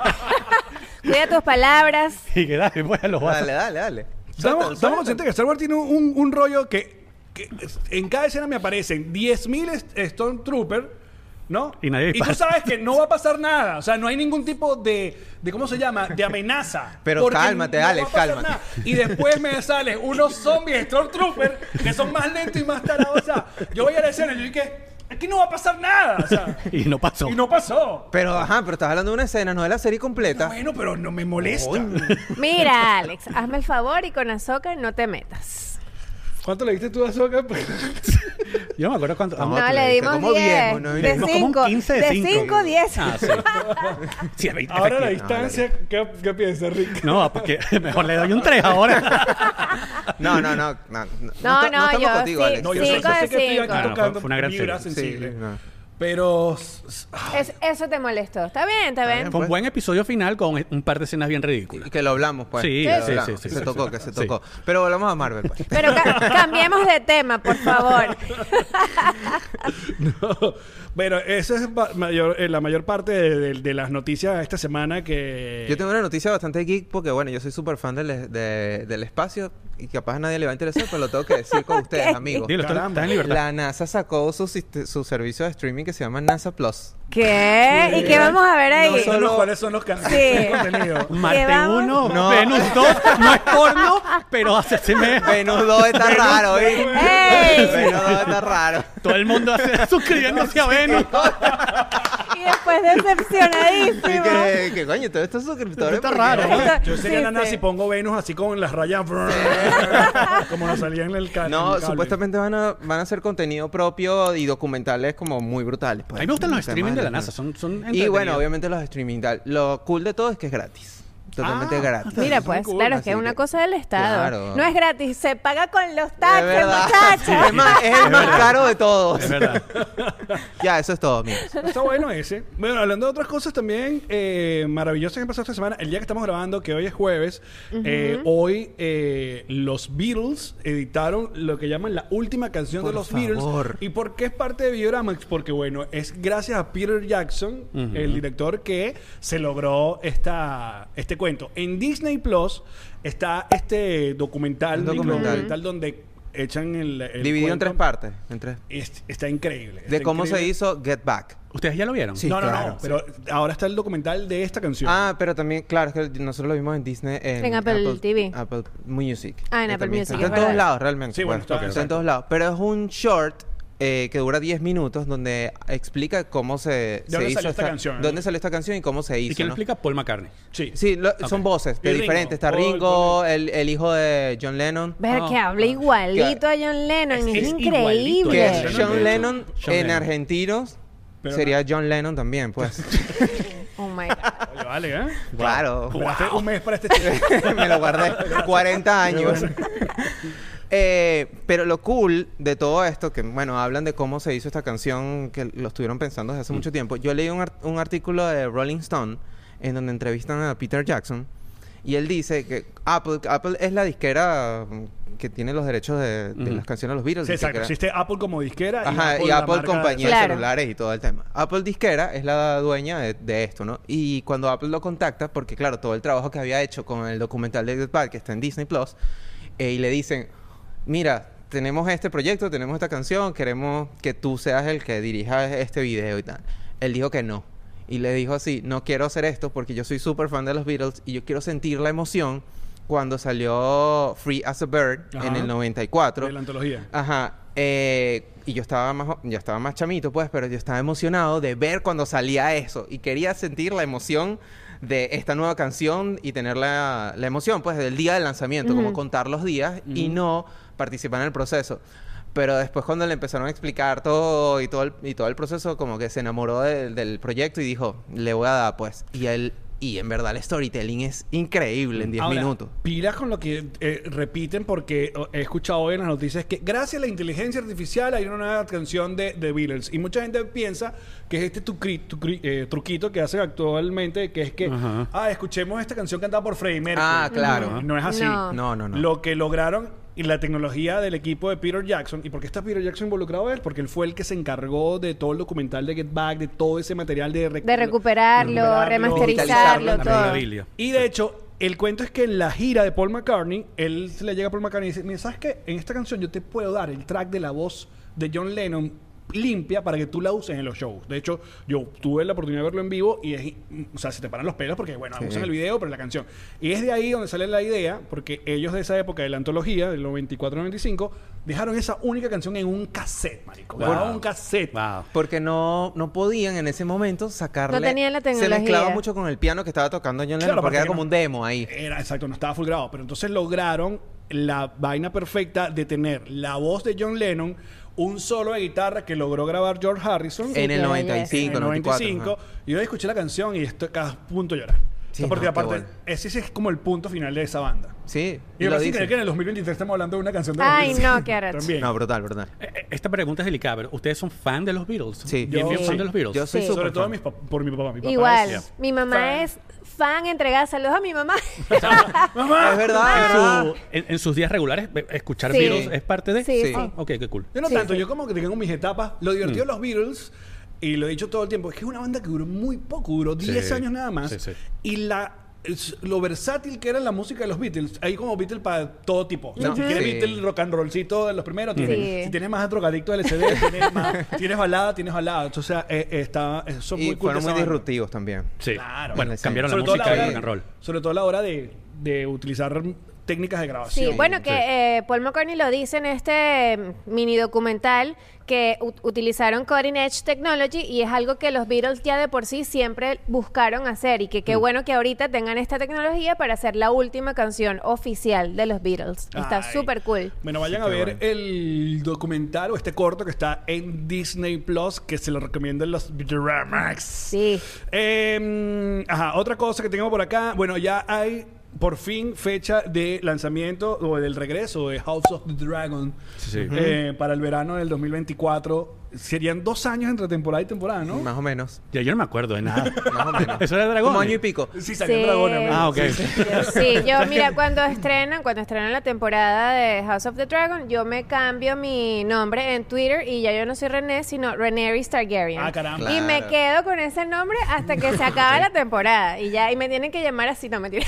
[SPEAKER 4] cuida tus palabras.
[SPEAKER 5] Y que dale, pues a los vasos.
[SPEAKER 3] Dale, dale, dale.
[SPEAKER 2] Estamos,
[SPEAKER 3] Suéltalo,
[SPEAKER 2] estamos
[SPEAKER 3] suéltalo.
[SPEAKER 2] conscientes que Star Wars tiene un, un rollo que, que en cada escena me aparecen diez mil est- Stormtroopers, ¿no?
[SPEAKER 5] Y nadie
[SPEAKER 2] tú
[SPEAKER 5] dispara.
[SPEAKER 2] sabes que no va a pasar nada. O sea, no hay ningún tipo de, de ¿cómo se llama? De amenaza.
[SPEAKER 3] Pero
[SPEAKER 2] Porque
[SPEAKER 3] cálmate,
[SPEAKER 2] no va a
[SPEAKER 3] Alex,
[SPEAKER 2] pasar
[SPEAKER 3] cálmate.
[SPEAKER 2] nada. Y después me salen unos zombies Stormtroopers que son más lentos y más tarados. O sea, yo voy a la escena y yo dije, aquí no va a pasar nada. O sea,
[SPEAKER 5] Y no pasó.
[SPEAKER 2] y no pasó.
[SPEAKER 3] Pero, ajá, pero estás hablando de una escena, no de la serie completa.
[SPEAKER 2] Bueno, pero no me molesta.
[SPEAKER 4] Mira, Alex, hazme el favor y con Ahsoka no te metas.
[SPEAKER 2] ¿Cuánto le diste tú a Ahsoka?
[SPEAKER 5] Yo me acuerdo cuando...
[SPEAKER 3] No,
[SPEAKER 4] No,
[SPEAKER 3] tú
[SPEAKER 4] le
[SPEAKER 3] le diste
[SPEAKER 4] dimos
[SPEAKER 3] como
[SPEAKER 4] diez.
[SPEAKER 3] viejo, ¿no?
[SPEAKER 4] De
[SPEAKER 3] Le
[SPEAKER 5] dimos como un
[SPEAKER 4] cinco.
[SPEAKER 5] quince de
[SPEAKER 4] De
[SPEAKER 5] cinco.
[SPEAKER 4] cinco, diez.
[SPEAKER 5] Ah, sí. Sí, efe-
[SPEAKER 2] Ahora la
[SPEAKER 5] efectivamente.
[SPEAKER 2] distancia, ¿qué, qué piensas, Rick?
[SPEAKER 5] No, porque mejor le doy un tres ahora.
[SPEAKER 3] No, no, no. No, no,
[SPEAKER 4] No,
[SPEAKER 3] to-
[SPEAKER 4] no,
[SPEAKER 3] estamos
[SPEAKER 4] yo
[SPEAKER 3] contigo,
[SPEAKER 4] sí,
[SPEAKER 3] Alex.
[SPEAKER 2] No, yo sé,
[SPEAKER 4] Cinco
[SPEAKER 2] yo sé
[SPEAKER 4] de
[SPEAKER 2] que estoy
[SPEAKER 4] cinco.
[SPEAKER 2] aquí
[SPEAKER 5] Ah, no,
[SPEAKER 2] tocando
[SPEAKER 5] fue- fue una gran
[SPEAKER 2] vibra
[SPEAKER 5] serie.
[SPEAKER 2] sensible.
[SPEAKER 3] Sí, no.
[SPEAKER 2] Pero... s- s- ah,
[SPEAKER 4] Es- eso te molestó. Está bien, está bien.
[SPEAKER 5] Fue un buen episodio final con un par de escenas bien ridículas.
[SPEAKER 3] Y que lo hablamos, pues.
[SPEAKER 5] Sí,
[SPEAKER 3] Que lo
[SPEAKER 4] sí,
[SPEAKER 3] hablamos.
[SPEAKER 5] sí, sí,
[SPEAKER 3] Se
[SPEAKER 5] sí,
[SPEAKER 3] tocó,
[SPEAKER 5] sí.
[SPEAKER 3] que se
[SPEAKER 5] Sí.
[SPEAKER 3] tocó. Pero volvamos a Marvel, pues.
[SPEAKER 4] Pero ca- cambiemos de tema, por favor.
[SPEAKER 2] no. Bueno, esa es ba- mayor, eh, la mayor parte de, de- de las noticias esta semana que...
[SPEAKER 3] Yo tengo una noticia bastante geek porque, bueno, yo soy súper fan del, de- del espacio y capaz a nadie le va a interesar, pero lo tengo que decir con ustedes,
[SPEAKER 4] Ok.
[SPEAKER 3] amigos.
[SPEAKER 5] Dilo, estás
[SPEAKER 2] Caramba.
[SPEAKER 5] estás en libertad.
[SPEAKER 3] La NASA sacó su, sist- su servicio de streaming que se llama NASA Plus.
[SPEAKER 4] ¿Qué? ¿Y qué vamos a ver ahí?
[SPEAKER 2] No solo
[SPEAKER 3] Solo-
[SPEAKER 2] cuáles son los canales
[SPEAKER 4] Sí.
[SPEAKER 2] de contenido.
[SPEAKER 5] Marte
[SPEAKER 4] vamos?
[SPEAKER 5] uno,
[SPEAKER 3] No.
[SPEAKER 5] Venus dos, no es porno, pero hace ese mes.
[SPEAKER 3] Venus dos está raro, ¿eh?
[SPEAKER 4] ¡Ey!
[SPEAKER 3] Venus dos está raro.
[SPEAKER 5] Todo el mundo hace, suscribiéndose a Venus.
[SPEAKER 4] Y después decepcionadísimo.
[SPEAKER 3] Y que, que coño, todos estos suscriptores.
[SPEAKER 2] Está
[SPEAKER 3] ¿por qué?
[SPEAKER 2] raro, ¿no?
[SPEAKER 4] Esto-
[SPEAKER 2] Yo sería
[SPEAKER 4] sí,
[SPEAKER 2] nana
[SPEAKER 4] sí.
[SPEAKER 2] si pongo Venus así con las rayas como nos salían en el ca- en
[SPEAKER 3] No,
[SPEAKER 2] el cable.
[SPEAKER 3] supuestamente van a, van a hacer contenido propio y documentales como muy brutales. pues.
[SPEAKER 5] A mí me gustan los
[SPEAKER 3] El tema
[SPEAKER 5] streaming de la
[SPEAKER 3] la-
[SPEAKER 5] NASA. Son, son
[SPEAKER 3] Y
[SPEAKER 5] entretenidos.
[SPEAKER 3] bueno, obviamente los streaming tal. Lo cool de todo es que es gratis. Totalmente
[SPEAKER 2] Ah,
[SPEAKER 3] gratis.
[SPEAKER 4] Mira,
[SPEAKER 2] Eso es
[SPEAKER 4] pues,
[SPEAKER 2] cool.
[SPEAKER 4] claro, es
[SPEAKER 3] Así
[SPEAKER 4] que es una
[SPEAKER 3] que-
[SPEAKER 4] cosa del Estado.
[SPEAKER 3] Claro.
[SPEAKER 4] No es gratis, se paga con los
[SPEAKER 3] Es
[SPEAKER 4] taxes,
[SPEAKER 3] verdad.
[SPEAKER 4] muchachos.
[SPEAKER 3] Es, más, es el más caro de todos.
[SPEAKER 5] Es verdad.
[SPEAKER 3] Ya, eso es todo, amigos.
[SPEAKER 2] Está bueno ese. Bueno, hablando de otras cosas también eh, maravillosas que pasó esta semana, el día que estamos grabando, que hoy es jueves, eh, hoy eh, los Beatles editaron lo que llaman la última canción
[SPEAKER 3] Por
[SPEAKER 2] de los
[SPEAKER 3] favor.
[SPEAKER 2] Beatles. ¿Y por qué es parte de Videoramax? Porque, bueno, es gracias a Peter Jackson,
[SPEAKER 5] Ujú.
[SPEAKER 2] el director, que se logró esta, este cuento. En Disney Plus está este documental,
[SPEAKER 3] Un
[SPEAKER 2] micro
[SPEAKER 3] documental.
[SPEAKER 2] documental donde echan el, el
[SPEAKER 3] Dividido en
[SPEAKER 2] cuento.
[SPEAKER 3] tres partes. En tres.
[SPEAKER 2] Es- está increíble.
[SPEAKER 3] De
[SPEAKER 2] está
[SPEAKER 3] cómo se
[SPEAKER 2] increíble.
[SPEAKER 3] hizo Get Back.
[SPEAKER 5] ¿Ustedes ya lo vieron?
[SPEAKER 3] Sí.
[SPEAKER 2] No, no,
[SPEAKER 3] claro.
[SPEAKER 2] no. Pero ahora está el documental de esta canción.
[SPEAKER 3] Ah, pero también, claro, es que nosotros lo vimos en Disney. En,
[SPEAKER 4] En Apple T V.
[SPEAKER 3] Apple Music.
[SPEAKER 4] Ah, en
[SPEAKER 3] Que
[SPEAKER 4] Apple
[SPEAKER 3] también
[SPEAKER 4] Music,
[SPEAKER 3] Está
[SPEAKER 4] es
[SPEAKER 3] en todos
[SPEAKER 4] verdad.
[SPEAKER 3] lados, realmente.
[SPEAKER 2] Sí, bueno, está-
[SPEAKER 3] está en
[SPEAKER 2] exacto.
[SPEAKER 3] todos lados. Pero es un short eh, que dura diez minutos donde explica cómo se,
[SPEAKER 2] ¿De
[SPEAKER 3] se
[SPEAKER 2] dónde
[SPEAKER 3] hizo
[SPEAKER 2] salió esta canción,
[SPEAKER 3] dónde
[SPEAKER 2] no?
[SPEAKER 3] salió esta canción y cómo se hizo.
[SPEAKER 5] ¿Y quién lo
[SPEAKER 3] ¿no?
[SPEAKER 5] explica? Paul McCartney.
[SPEAKER 2] Sí.
[SPEAKER 3] Sí, lo-
[SPEAKER 5] Ok.
[SPEAKER 3] son voces de
[SPEAKER 2] Y Ringo.
[SPEAKER 3] diferentes. Está
[SPEAKER 2] Paul-
[SPEAKER 3] Ringo,
[SPEAKER 2] Paul-
[SPEAKER 3] el, el hijo de John Lennon.
[SPEAKER 4] Ver
[SPEAKER 5] Ah,
[SPEAKER 4] que habla
[SPEAKER 5] ah.
[SPEAKER 4] igualito a John Lennon,
[SPEAKER 5] Es-
[SPEAKER 4] es,
[SPEAKER 5] es igualito
[SPEAKER 4] increíble.
[SPEAKER 5] a
[SPEAKER 3] Que
[SPEAKER 5] John
[SPEAKER 3] John
[SPEAKER 5] Lennon, de
[SPEAKER 3] Lennon
[SPEAKER 5] hecho. John
[SPEAKER 3] en
[SPEAKER 5] Lennon.
[SPEAKER 3] argentinos
[SPEAKER 2] Pero
[SPEAKER 3] sería John Lennon también, pues.
[SPEAKER 4] Oh my God.
[SPEAKER 2] Oye, vale, ¿eh?
[SPEAKER 3] Claro.
[SPEAKER 2] Jugaste un mes para este chico.
[SPEAKER 3] Me lo guardé. cuarenta años. Eh, pero lo cool de todo esto, que bueno, hablan de cómo se hizo esta canción, que lo estuvieron pensando desde hace mucho tiempo. Yo leí un, ar- un artículo de Rolling Stone en donde entrevistan a Peter Jackson y él dice que Apple, Apple es la disquera mm, que tiene los derechos de, de
[SPEAKER 5] Ujú.
[SPEAKER 3] las canciones de los Beatles.
[SPEAKER 2] Sí, exacto.
[SPEAKER 3] disquera.
[SPEAKER 2] Existe Apple como disquera y
[SPEAKER 3] Ajá,
[SPEAKER 2] Apple,
[SPEAKER 3] y
[SPEAKER 2] la
[SPEAKER 3] Apple
[SPEAKER 2] marca-
[SPEAKER 3] compañía
[SPEAKER 4] Claro.
[SPEAKER 3] de celulares y todo el tema. Apple disquera es la dueña de, de esto, ¿no? Y cuando Apple lo contacta, porque claro, todo el trabajo que había hecho con el documental de Get Back, que está en Disney Plus, eh, y le dicen, mira, tenemos este proyecto, tenemos esta canción, queremos que tú seas el que dirija este video y tal. Él dijo que no. Y le dijo así, no quiero hacer esto porque yo soy súper fan de los Beatles y yo quiero sentir la emoción cuando salió Free as a Bird
[SPEAKER 2] Ajá.
[SPEAKER 3] en el noventa y cuatro.
[SPEAKER 2] de la antología.
[SPEAKER 3] Ajá. eh, y yo estaba más, jo- yo estaba más chamito, pues, pero yo estaba emocionado de ver cuando salía eso. Y quería sentir la emoción de esta nueva canción y tener la, la emoción, pues, del día del lanzamiento, como
[SPEAKER 4] Ujú.
[SPEAKER 3] contar los días y no participar en el proceso. Pero después cuando le empezaron a explicar todo y todo el, y todo el proceso, como que se enamoró del- del proyecto y dijo, le voy a dar, pues. Y él, y en verdad el storytelling es increíble en diez
[SPEAKER 2] Ahora,
[SPEAKER 3] minutos.
[SPEAKER 2] pilas con lo que eh, repiten porque oh, he escuchado hoy en las noticias que gracias a la inteligencia artificial hay una nueva canción de, de Beatles y mucha gente piensa que es este tucri- tucri- eh, truquito que hacen actualmente que es que
[SPEAKER 5] Ajá.
[SPEAKER 2] ah escuchemos esta canción cantada por Freddie Mercury.
[SPEAKER 3] Ah, claro.
[SPEAKER 2] No es así.
[SPEAKER 4] No.
[SPEAKER 3] No, no, no.
[SPEAKER 2] Lo que lograron y la tecnología del equipo de Peter Jackson. ¿Y por qué está Peter Jackson involucrado él? Porque él fue el que se encargó de todo el documental de Get Back, de todo ese material de, recu-
[SPEAKER 4] De recuperarlo,
[SPEAKER 2] recuperarlo,
[SPEAKER 4] remasterizarlo,
[SPEAKER 3] digitalizarlo,
[SPEAKER 5] La
[SPEAKER 4] todo.
[SPEAKER 5] memorabilia.
[SPEAKER 2] y de hecho, el cuento es que en la gira de Paul McCartney, él se le llega a Paul McCartney y dice, mira, ¿sabes qué? En esta canción yo te puedo dar el track de la voz de John Lennon limpia para que tú la uses en los shows. De hecho, yo tuve la oportunidad de verlo en vivo y es, o sea, se te paran los pelos porque, bueno,
[SPEAKER 3] Sí.
[SPEAKER 2] usan el video, pero la canción. Y es de ahí donde sale la idea, porque ellos de esa época de la antología, del noventa y cuatro noventa y cinco, dejaron esa única canción en un cassette, marico.
[SPEAKER 5] Wow.
[SPEAKER 2] Grabaron un cassette.
[SPEAKER 5] Wow.
[SPEAKER 3] Porque no, no podían en ese momento sacarle...
[SPEAKER 4] No tenían la
[SPEAKER 3] Se
[SPEAKER 4] tecnología.
[SPEAKER 3] mezclaba mucho con el piano que estaba tocando John Lennon
[SPEAKER 2] Claro,
[SPEAKER 3] porque
[SPEAKER 2] porque
[SPEAKER 3] era
[SPEAKER 2] no-
[SPEAKER 3] como un demo ahí.
[SPEAKER 2] Era, exacto, no estaba full grabado. Pero entonces lograron la vaina perfecta de tener la voz de John Lennon, un solo de guitarra que logró grabar George Harrison
[SPEAKER 3] En el
[SPEAKER 4] qué
[SPEAKER 3] noventa y
[SPEAKER 4] belleza.
[SPEAKER 3] cinco,
[SPEAKER 2] en el
[SPEAKER 3] noventa y cuatro.
[SPEAKER 2] noventa y cinco.
[SPEAKER 3] ajá.
[SPEAKER 2] Y yo escuché la canción y estoy cada punto llorar.
[SPEAKER 3] Sí,
[SPEAKER 2] O sea, porque
[SPEAKER 3] no, qué
[SPEAKER 2] aparte,
[SPEAKER 3] bueno.
[SPEAKER 2] ese, ese es como el punto final de esa banda.
[SPEAKER 3] Sí,
[SPEAKER 2] Y me
[SPEAKER 3] lo
[SPEAKER 2] parece
[SPEAKER 3] dice.
[SPEAKER 2] increíble que en el dos mil veintitrés estamos hablando de una canción de los
[SPEAKER 4] Ay,
[SPEAKER 2] Beatles.
[SPEAKER 4] no, qué arrecho.
[SPEAKER 2] También.
[SPEAKER 3] No, brutal, brutal.
[SPEAKER 5] Eh, eh, Esta pregunta es delicada, pero ¿ustedes son fan de los Beatles?
[SPEAKER 3] Sí.
[SPEAKER 5] Bien,
[SPEAKER 2] Yo-
[SPEAKER 5] bien fan
[SPEAKER 2] sí.
[SPEAKER 5] de los Beatles.
[SPEAKER 3] Yo soy
[SPEAKER 4] Sí.
[SPEAKER 3] súper
[SPEAKER 2] Sobre todo
[SPEAKER 3] fan.
[SPEAKER 2] mis pap- por mi papá. Mi papá
[SPEAKER 4] Igual,
[SPEAKER 2] es-
[SPEAKER 4] mi mamá
[SPEAKER 2] fan.
[SPEAKER 4] es fan entregada. Saludos a mi mamá.
[SPEAKER 2] ¡Mamá!
[SPEAKER 3] Es verdad, es
[SPEAKER 5] En,
[SPEAKER 3] verdad.
[SPEAKER 5] su- en- en sus días regulares, eh, escuchar
[SPEAKER 4] Sí.
[SPEAKER 5] Beatles es parte de...
[SPEAKER 4] Sí,
[SPEAKER 3] Sí.
[SPEAKER 4] sí.
[SPEAKER 5] Ok, qué cool.
[SPEAKER 2] Yo no
[SPEAKER 4] Sí,
[SPEAKER 2] tanto,
[SPEAKER 4] sí.
[SPEAKER 2] yo como que tengo mis etapas. Lo divertido de los Beatles, y lo he dicho todo el tiempo, es que es una banda que duró muy poco, duró diez
[SPEAKER 5] Sí.
[SPEAKER 2] años nada más.
[SPEAKER 5] Sí, sí.
[SPEAKER 2] Y la es- lo versátil que era la música de los Beatles, hay como Beatles para todo tipo. O sea,
[SPEAKER 3] No,
[SPEAKER 2] si quieres
[SPEAKER 3] sí.
[SPEAKER 2] Beatles rock and rollcito de los primeros, tienes.
[SPEAKER 4] Sí.
[SPEAKER 2] Si tienes más drogadicto de L C D, tienes, más, tienes balada, tienes balada. O sea, eh, eh, está, eh, son
[SPEAKER 3] Y
[SPEAKER 2] muy cool
[SPEAKER 3] fueron
[SPEAKER 2] de
[SPEAKER 3] muy
[SPEAKER 2] esa banda.
[SPEAKER 3] disruptivos también.
[SPEAKER 5] Sí.
[SPEAKER 2] Claro.
[SPEAKER 5] Bueno,
[SPEAKER 3] Sí.
[SPEAKER 5] cambiaron la
[SPEAKER 2] Sobre todo
[SPEAKER 5] música
[SPEAKER 2] la
[SPEAKER 5] de
[SPEAKER 2] hora
[SPEAKER 5] rock and roll.
[SPEAKER 2] Sobre todo a la hora de, de utilizar técnicas de grabación.
[SPEAKER 4] Sí, bueno, que eh, Paul McCartney lo dice en este mm, mini documental que u- utilizaron Cutting Edge Technology y es algo que los Beatles ya de por sí siempre buscaron hacer y que qué
[SPEAKER 2] Mm.
[SPEAKER 4] bueno que ahorita tengan esta tecnología para hacer la última canción oficial de los Beatles. Está
[SPEAKER 2] Ay.
[SPEAKER 4] súper cool.
[SPEAKER 2] Bueno, vayan a ver el documental o este corto que está en Disney Plus, que se lo recomiendo en los Videoramax.
[SPEAKER 4] Sí.
[SPEAKER 2] Eh, ajá, otra cosa que tengo por acá. Bueno, ya hay por fin fecha de lanzamiento o del regreso de House of the Dragon
[SPEAKER 5] Sí, sí.
[SPEAKER 2] eh, para el verano del dos mil veinticuatro. Serían dos años entre temporada y temporada, ¿no?
[SPEAKER 3] Más o menos.
[SPEAKER 5] Ya yo no me acuerdo de nada.
[SPEAKER 3] Más o menos.
[SPEAKER 5] Eso era Dragón.
[SPEAKER 3] Como año y pico.
[SPEAKER 2] Sí, salió
[SPEAKER 4] Sí.
[SPEAKER 2] Dragones. amigo.
[SPEAKER 5] Ah, ok.
[SPEAKER 2] Sí, sí.
[SPEAKER 4] Yo, sí, yo mira, cuando estrenan, cuando estrenan la temporada de House of the Dragon, yo me cambio mi nombre en Twitter y ya yo no soy René, sino Rhaenyra Targaryen.
[SPEAKER 2] Ah, caramba.
[SPEAKER 4] Y me
[SPEAKER 3] Claro.
[SPEAKER 4] quedo con ese nombre hasta que se acabe la temporada. Y ya, y me tienen que llamar así, no mentira.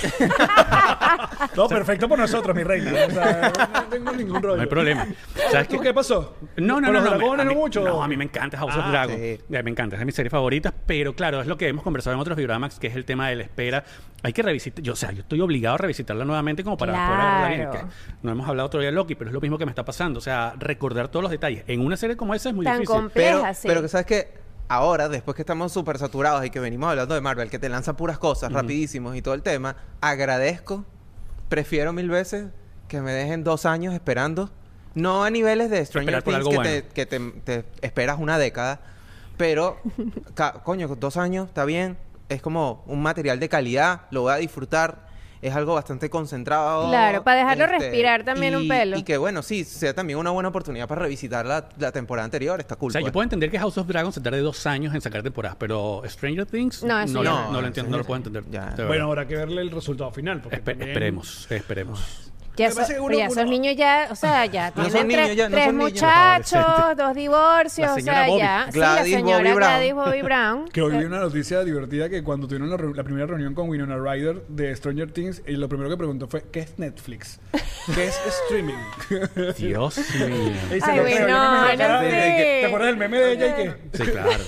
[SPEAKER 2] No, perfecto por nosotros, mi reina. O sea, no tengo ningún rollo.
[SPEAKER 5] No hay problema. ¿Sabes
[SPEAKER 2] ¿Tú
[SPEAKER 5] qué?
[SPEAKER 2] qué pasó?
[SPEAKER 5] No, no,
[SPEAKER 2] ¿Con
[SPEAKER 5] no.
[SPEAKER 2] los
[SPEAKER 5] no,
[SPEAKER 2] dragones
[SPEAKER 5] a
[SPEAKER 2] no
[SPEAKER 5] mí-
[SPEAKER 2] mucho?
[SPEAKER 5] No, a mí me encanta House
[SPEAKER 2] Ah,
[SPEAKER 5] of Dragon.
[SPEAKER 3] sí.
[SPEAKER 5] Ya, me encanta, es de mis series favoritas. Pero claro, es lo que hemos conversado en otros Videoramax, que es el tema de la espera. Hay que revisitar. Yo, o sea, yo estoy obligado a revisitarla nuevamente como para poder hablar bien.
[SPEAKER 4] Claro.
[SPEAKER 5] Que no hemos hablado todavía de Loki, pero es lo mismo que me está pasando. O sea, recordar todos los detalles. En una serie como esa es muy
[SPEAKER 4] Tan
[SPEAKER 5] difícil.
[SPEAKER 4] compleja,
[SPEAKER 3] Pero,
[SPEAKER 4] sí.
[SPEAKER 3] pero que sabes que ahora, después que estamos súper saturados y que venimos hablando de Marvel, que te lanza puras cosas rapidísimos y todo el tema, agradezco, prefiero mil veces que me dejen dos años esperando. No a niveles de Stranger
[SPEAKER 5] Esperar por
[SPEAKER 3] Things
[SPEAKER 5] algo
[SPEAKER 3] que, te,
[SPEAKER 5] bueno.
[SPEAKER 3] que te, te esperas una década, pero, ca- coño, dos años está bien, es como un material de calidad, lo voy a disfrutar. Es algo bastante concentrado.
[SPEAKER 4] Claro, para dejarlo respirar también un
[SPEAKER 3] y-
[SPEAKER 4] pelo.
[SPEAKER 3] Y que bueno, sí, sea también una buena oportunidad para revisitar la, la temporada anterior. Está cool.
[SPEAKER 5] O sea,
[SPEAKER 3] pues.
[SPEAKER 5] yo puedo entender que House of Dragon se tarde dos años en sacar temporadas, pero Stranger Things
[SPEAKER 4] No, eso
[SPEAKER 5] no,
[SPEAKER 4] ya
[SPEAKER 5] lo-
[SPEAKER 4] no.
[SPEAKER 5] no lo entiendo, no lo
[SPEAKER 3] sí,
[SPEAKER 5] puedo
[SPEAKER 3] sí.
[SPEAKER 5] entender.
[SPEAKER 3] Ya.
[SPEAKER 5] de verdad.
[SPEAKER 2] Bueno, habrá que verle el resultado final. Porque
[SPEAKER 5] Espe-
[SPEAKER 2] también-
[SPEAKER 5] Esperemos, esperemos.
[SPEAKER 4] Ya,
[SPEAKER 2] Me
[SPEAKER 4] so-
[SPEAKER 2] parece que uno-
[SPEAKER 4] pero ya esos
[SPEAKER 2] uno-
[SPEAKER 4] niños ya, o sea, ya
[SPEAKER 3] No
[SPEAKER 4] tienen
[SPEAKER 3] son niños,
[SPEAKER 4] tres,
[SPEAKER 3] ya, no
[SPEAKER 4] tres
[SPEAKER 3] son niños.
[SPEAKER 4] muchachos,
[SPEAKER 5] Adolescentes.
[SPEAKER 4] dos divorcios,
[SPEAKER 5] La
[SPEAKER 4] o
[SPEAKER 5] señora
[SPEAKER 4] sea,
[SPEAKER 5] Bobby.
[SPEAKER 4] ya. Sí,
[SPEAKER 3] Gladys
[SPEAKER 4] la señora
[SPEAKER 3] Bobby Brown.
[SPEAKER 4] Gladys Bobby Brown.
[SPEAKER 2] Que hoy vi una noticia divertida que cuando tuvieron la, reu- la primera reunión con Winona Ryder de Stranger Things, y lo primero que preguntó fue, ¿qué es Netflix? ¿Qué es streaming?
[SPEAKER 5] Dios mío.
[SPEAKER 2] Y se
[SPEAKER 4] Ay,
[SPEAKER 2] lo creo, yo
[SPEAKER 4] Winona,
[SPEAKER 2] me quedé,
[SPEAKER 4] sí.
[SPEAKER 2] ¿te acuerdas del meme de ella y qué?
[SPEAKER 5] Sí, claro.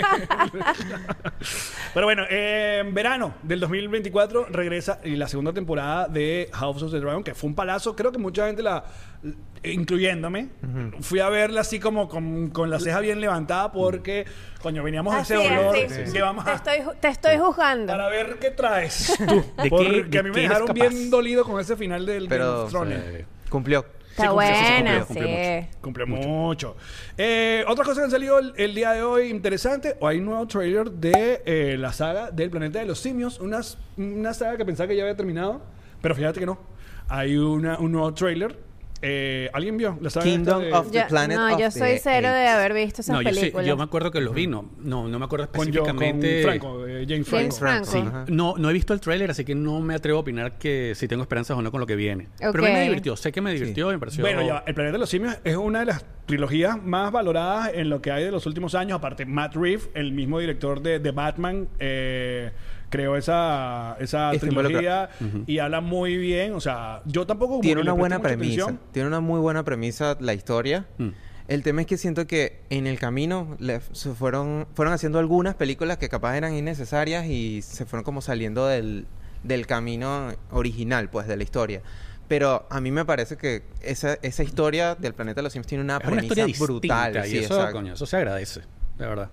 [SPEAKER 2] Pero bueno, eh, en verano del dos mil veinticuatro regresa y la segunda temporada de House of the Dragon, que fue un palazo. Creo que mucha gente la, incluyéndome, fui a verla así como con, con la ceja bien levantada porque, coño, veníamos de
[SPEAKER 4] Así
[SPEAKER 2] ese
[SPEAKER 4] es,
[SPEAKER 2] olor
[SPEAKER 4] sí.
[SPEAKER 2] que vamos
[SPEAKER 4] Te
[SPEAKER 2] a...
[SPEAKER 4] estoy, ju- te estoy juzgando.
[SPEAKER 2] Para ver qué traes tú.
[SPEAKER 5] ¿De
[SPEAKER 2] Porque
[SPEAKER 5] qué-
[SPEAKER 2] a mí
[SPEAKER 5] de
[SPEAKER 2] me
[SPEAKER 5] qué eres
[SPEAKER 2] dejaron
[SPEAKER 5] capaz?
[SPEAKER 2] bien dolido con ese final del
[SPEAKER 3] Pero,
[SPEAKER 2] Game of Thrones.
[SPEAKER 5] Eh,
[SPEAKER 3] Cumplió.
[SPEAKER 4] Está
[SPEAKER 2] cumplió, sí, sí,
[SPEAKER 4] buena,
[SPEAKER 5] cumplió,
[SPEAKER 4] sí.
[SPEAKER 5] cumplió
[SPEAKER 2] Cumple mucho. Eh, Otra cosa que han salido el, el día de hoy interesante, o hay un nuevo trailer de eh, la saga del Planeta de los Simios, unas- una saga que pensaba que ya había terminado, pero fíjate que no. Hay una, un nuevo trailer. Eh, ¿Alguien vio la saga
[SPEAKER 3] Kingdom
[SPEAKER 2] esta de-
[SPEAKER 3] of the
[SPEAKER 4] Yo-
[SPEAKER 3] Planet
[SPEAKER 4] no,
[SPEAKER 3] of
[SPEAKER 4] yo
[SPEAKER 3] the
[SPEAKER 4] soy cero de
[SPEAKER 3] Apes.
[SPEAKER 4] haber visto esas
[SPEAKER 5] No, yo, sí,
[SPEAKER 4] películas.
[SPEAKER 5] yo me acuerdo que los vi. No, no, no me acuerdo
[SPEAKER 2] con, yo, con
[SPEAKER 5] específicamente.
[SPEAKER 2] Franco, eh, James Franco?
[SPEAKER 4] James Franco.
[SPEAKER 5] Sí,
[SPEAKER 3] Ajá.
[SPEAKER 5] no, no he visto el tráiler, así que no me atrevo a opinar que si tengo esperanzas o no con lo que viene. Pero
[SPEAKER 4] Ok.
[SPEAKER 5] me divirtió, sé que me divirtió, me pareció...
[SPEAKER 2] Bueno, ya, El Planeta de los Simios es una de las trilogías más valoradas en lo que hay de los últimos años. Aparte, Matt Reeves, el mismo director de, de Batman, eh, creó esa, esa
[SPEAKER 3] Está
[SPEAKER 2] trilogía y habla muy bien. O sea, yo tampoco... como
[SPEAKER 3] Tiene
[SPEAKER 2] que le
[SPEAKER 3] una
[SPEAKER 2] presté
[SPEAKER 3] buena
[SPEAKER 2] mucha
[SPEAKER 3] premisa.
[SPEAKER 2] atención.
[SPEAKER 3] Tiene una muy buena premisa la historia.
[SPEAKER 5] Mm.
[SPEAKER 3] El tema es que siento que en el camino le, se fueron, fueron haciendo algunas películas que capaz eran innecesarias y se fueron como saliendo del, del camino original, pues, de la historia. Pero a mí me parece que esa, esa historia del Planeta de los Sims tiene una
[SPEAKER 5] es una
[SPEAKER 3] premisa
[SPEAKER 5] historia
[SPEAKER 3] brutal.
[SPEAKER 5] distinta y
[SPEAKER 3] sí,
[SPEAKER 5] eso,
[SPEAKER 3] exacto.
[SPEAKER 5] coño, eso se agradece, de verdad.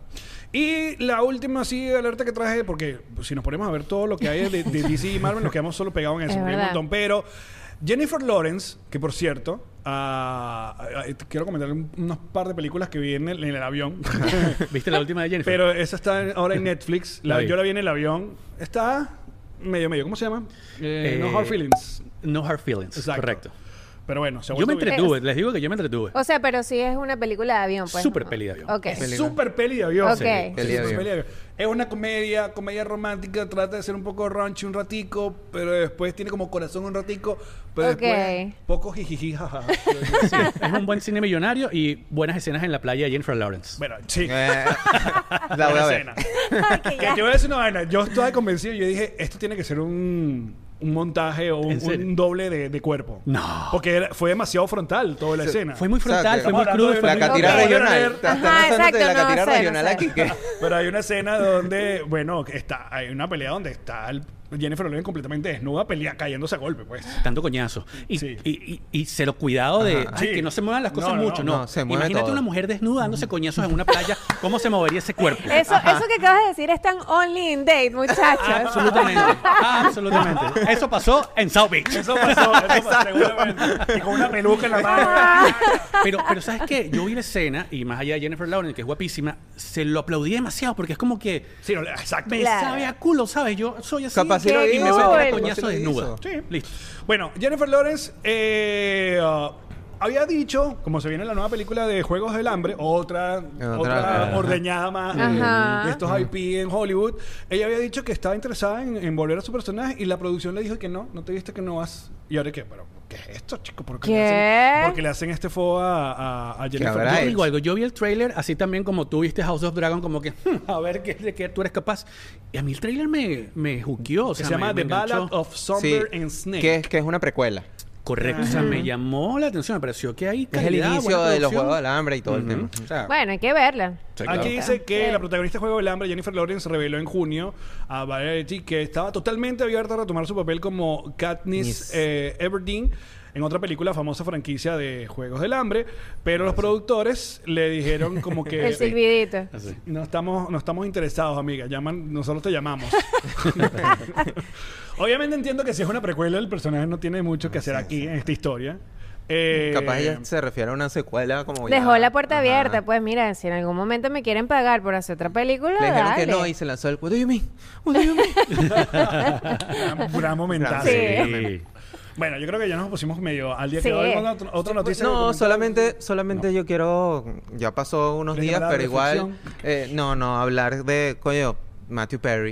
[SPEAKER 2] Y la última, sí, alerta que traje, porque si nos ponemos a ver todo lo que hay de, de D C y Marvel, nos quedamos solo pegados en eso.
[SPEAKER 4] Es
[SPEAKER 2] porque hay un
[SPEAKER 4] verdad.
[SPEAKER 2] montón. Pero Jennifer Lawrence, que por cierto, ah, ah, quiero comentar un- unos par de películas que vi en el, en el avión.
[SPEAKER 5] ¿Viste la última de Jennifer?
[SPEAKER 2] Pero esa está en- ahora en Netflix. La-
[SPEAKER 5] La vi.
[SPEAKER 2] yo la vi en el avión. Está medio, medio. ¿Cómo se llama? Eh,
[SPEAKER 5] Eh,
[SPEAKER 2] no Hard Feelings.
[SPEAKER 5] No Hard Feelings,
[SPEAKER 2] Exacto.
[SPEAKER 5] correcto.
[SPEAKER 2] Pero bueno, se ha
[SPEAKER 5] Yo me
[SPEAKER 2] vuelto bien.
[SPEAKER 5] entretuve, les digo que yo me entretuve.
[SPEAKER 4] O sea, pero sí es una película de avión, pues.
[SPEAKER 5] Súper
[SPEAKER 4] ¿no?
[SPEAKER 5] peli de avión.
[SPEAKER 4] Ok.
[SPEAKER 2] Es
[SPEAKER 3] Película.
[SPEAKER 2] súper peli de avión.
[SPEAKER 4] Ok.
[SPEAKER 2] Sí,
[SPEAKER 3] Peli de
[SPEAKER 2] súper
[SPEAKER 3] avión.
[SPEAKER 2] peli de avión. Es una comedia, comedia romántica, trata de ser un poco raunchy un ratico, pero después tiene como corazón un ratico, pero
[SPEAKER 4] Ok.
[SPEAKER 2] después poco jijiji, jaja.
[SPEAKER 5] Sí, es un buen cine millonario y buenas escenas en la playa de Jennifer Lawrence.
[SPEAKER 2] Bueno, sí.
[SPEAKER 3] Eh, la voy a ver.
[SPEAKER 2] escena.
[SPEAKER 4] Que
[SPEAKER 2] Que
[SPEAKER 4] ya-
[SPEAKER 2] te voy a decir una vaina. Yo estaba convencido y yo dije, esto tiene que ser un, un montaje o un,
[SPEAKER 5] ¿En serio?
[SPEAKER 2] un doble de, de cuerpo.
[SPEAKER 5] No.
[SPEAKER 2] Porque era- fue demasiado frontal toda la
[SPEAKER 3] Sí,
[SPEAKER 2] escena.
[SPEAKER 5] Fue muy frontal,
[SPEAKER 3] Exacto.
[SPEAKER 5] fue muy
[SPEAKER 2] Estamos
[SPEAKER 5] crudo.
[SPEAKER 2] hablando
[SPEAKER 5] fue
[SPEAKER 2] de
[SPEAKER 3] La
[SPEAKER 5] muy-
[SPEAKER 3] catira
[SPEAKER 4] Ok.
[SPEAKER 3] regional.
[SPEAKER 2] Ajá,
[SPEAKER 3] Estás lanzándote
[SPEAKER 4] exacto,
[SPEAKER 3] de la
[SPEAKER 4] no
[SPEAKER 3] catira
[SPEAKER 4] sé, no
[SPEAKER 3] regional
[SPEAKER 4] sé.
[SPEAKER 3] aquí. que-
[SPEAKER 2] Pero hay una escena donde, bueno, que está, hay una pelea donde está el Jennifer Lawrence completamente desnuda, pelea, cayéndose a golpe, pues.
[SPEAKER 5] Tanto coñazo. Y,
[SPEAKER 2] Sí.
[SPEAKER 5] y, y, y cero cuidado de
[SPEAKER 3] Ajá.
[SPEAKER 5] ay,
[SPEAKER 2] Sí.
[SPEAKER 5] que no se muevan las cosas
[SPEAKER 2] No, no,
[SPEAKER 5] mucho. No,
[SPEAKER 3] no, se mueve
[SPEAKER 5] Imagínate
[SPEAKER 3] todo.
[SPEAKER 5] una mujer desnuda dándose coñazos en una playa. ¿Cómo se movería ese cuerpo?
[SPEAKER 4] Eso, eso que acabas de decir es tan only in date, muchachos.
[SPEAKER 5] Absolutamente. Absolutamente. Eso pasó en South Beach.
[SPEAKER 2] Eso pasó, eso pasó seguramente. Y con una peluca en la mano.
[SPEAKER 5] Pero, pero ¿sabes qué? Yo vi la escena y más allá de Jennifer Lawrence, que es guapísima, se lo aplaudí demasiado porque es como que
[SPEAKER 2] Sí, no, exacto.
[SPEAKER 5] me
[SPEAKER 4] Claro.
[SPEAKER 5] sabe a culo, ¿sabes? Yo soy así.
[SPEAKER 3] Capaz sí lo
[SPEAKER 5] y me
[SPEAKER 3] hizo.
[SPEAKER 5] meto
[SPEAKER 4] Capaz
[SPEAKER 5] de
[SPEAKER 4] sí
[SPEAKER 5] coñazo
[SPEAKER 3] lo
[SPEAKER 5] desnuda.
[SPEAKER 3] hizo.
[SPEAKER 2] Sí.
[SPEAKER 5] Listo.
[SPEAKER 2] Bueno, Jennifer Lawrence eh, uh, había dicho, como se viene la nueva película de Juegos del Hambre, otra,
[SPEAKER 3] Otra-
[SPEAKER 2] otra
[SPEAKER 3] Ajá.
[SPEAKER 2] ordeñada más
[SPEAKER 4] Ajá.
[SPEAKER 2] de estos I P en Hollywood. Ella había dicho que estaba interesada en, en volver a su personaje y la producción le dijo que no, no te viste que no vas. ¿Y ahora qué? ¿Pero qué es esto, chico? ¿Por qué,
[SPEAKER 4] ¿Qué?
[SPEAKER 2] Le hacen, porque le hacen este fo a, a, a Jennifer
[SPEAKER 3] habrá
[SPEAKER 5] Yo
[SPEAKER 2] Lawrence?
[SPEAKER 5] te digo algo, yo vi el trailer así también como tú viste House of Dragon, como que hmm, a ver qué, de qué tú eres capaz. Y a mí el trailer me, me juqueó. O
[SPEAKER 2] Que
[SPEAKER 5] sea,
[SPEAKER 2] se llama
[SPEAKER 5] me-
[SPEAKER 2] The
[SPEAKER 5] me enganchó.
[SPEAKER 2] Ballad of
[SPEAKER 3] Sí,
[SPEAKER 2] Somber and Snake.
[SPEAKER 3] que, es- que es una precuela.
[SPEAKER 5] Correcto, o sea, me llamó la atención, me pareció que hay
[SPEAKER 3] Es el
[SPEAKER 5] calidad,
[SPEAKER 3] inicio
[SPEAKER 5] buena
[SPEAKER 3] de los
[SPEAKER 5] producción.
[SPEAKER 3] Juegos del Hambre y todo el
[SPEAKER 5] Ujú.
[SPEAKER 3] tema.
[SPEAKER 5] O sea,
[SPEAKER 4] Bueno, hay que verla.
[SPEAKER 5] sí, claro.
[SPEAKER 2] Aquí dice que
[SPEAKER 4] Sí.
[SPEAKER 2] la protagonista de Juego del Hambre, Jennifer Lawrence, reveló en junio a Variety que estaba totalmente abierta a retomar su papel como Katniss
[SPEAKER 3] Yes.
[SPEAKER 2] eh, Everdeen en otra película famosa franquicia de Juegos del Hambre, pero los productores le dijeron como que
[SPEAKER 4] El silbidito.
[SPEAKER 5] Así.
[SPEAKER 2] no estamos no estamos interesados, amiga, llaman, nosotros te llamamos. Obviamente entiendo que si es una precuela el personaje no tiene mucho que hacer aquí en esta historia. Eh,
[SPEAKER 3] Capaz ella se refiere a una secuela como ya-
[SPEAKER 4] Dejó la puerta
[SPEAKER 3] Ajá.
[SPEAKER 4] abierta. Pues mira, si en algún momento me quieren pagar por hacer otra película,
[SPEAKER 3] Le dijeron que
[SPEAKER 4] dale.
[SPEAKER 3] no y se lanzó el... What do you mean? What do you mean?
[SPEAKER 2] gran, gran momentazo.
[SPEAKER 4] Sí.
[SPEAKER 5] Sí.
[SPEAKER 2] Bueno, yo creo que ya nos pusimos medio al día
[SPEAKER 4] Sí.
[SPEAKER 2] que hoy. Otra, otra noticia. que
[SPEAKER 3] No,
[SPEAKER 2] comentar?
[SPEAKER 3] solamente, solamente yo quiero... Ya pasó unos
[SPEAKER 2] ¿Quieres
[SPEAKER 3] días,
[SPEAKER 2] llamar a
[SPEAKER 3] pero
[SPEAKER 2] la
[SPEAKER 3] igual...
[SPEAKER 2] reflexión?
[SPEAKER 3] eh, no, no, hablar de... Coño, Matthew Perry.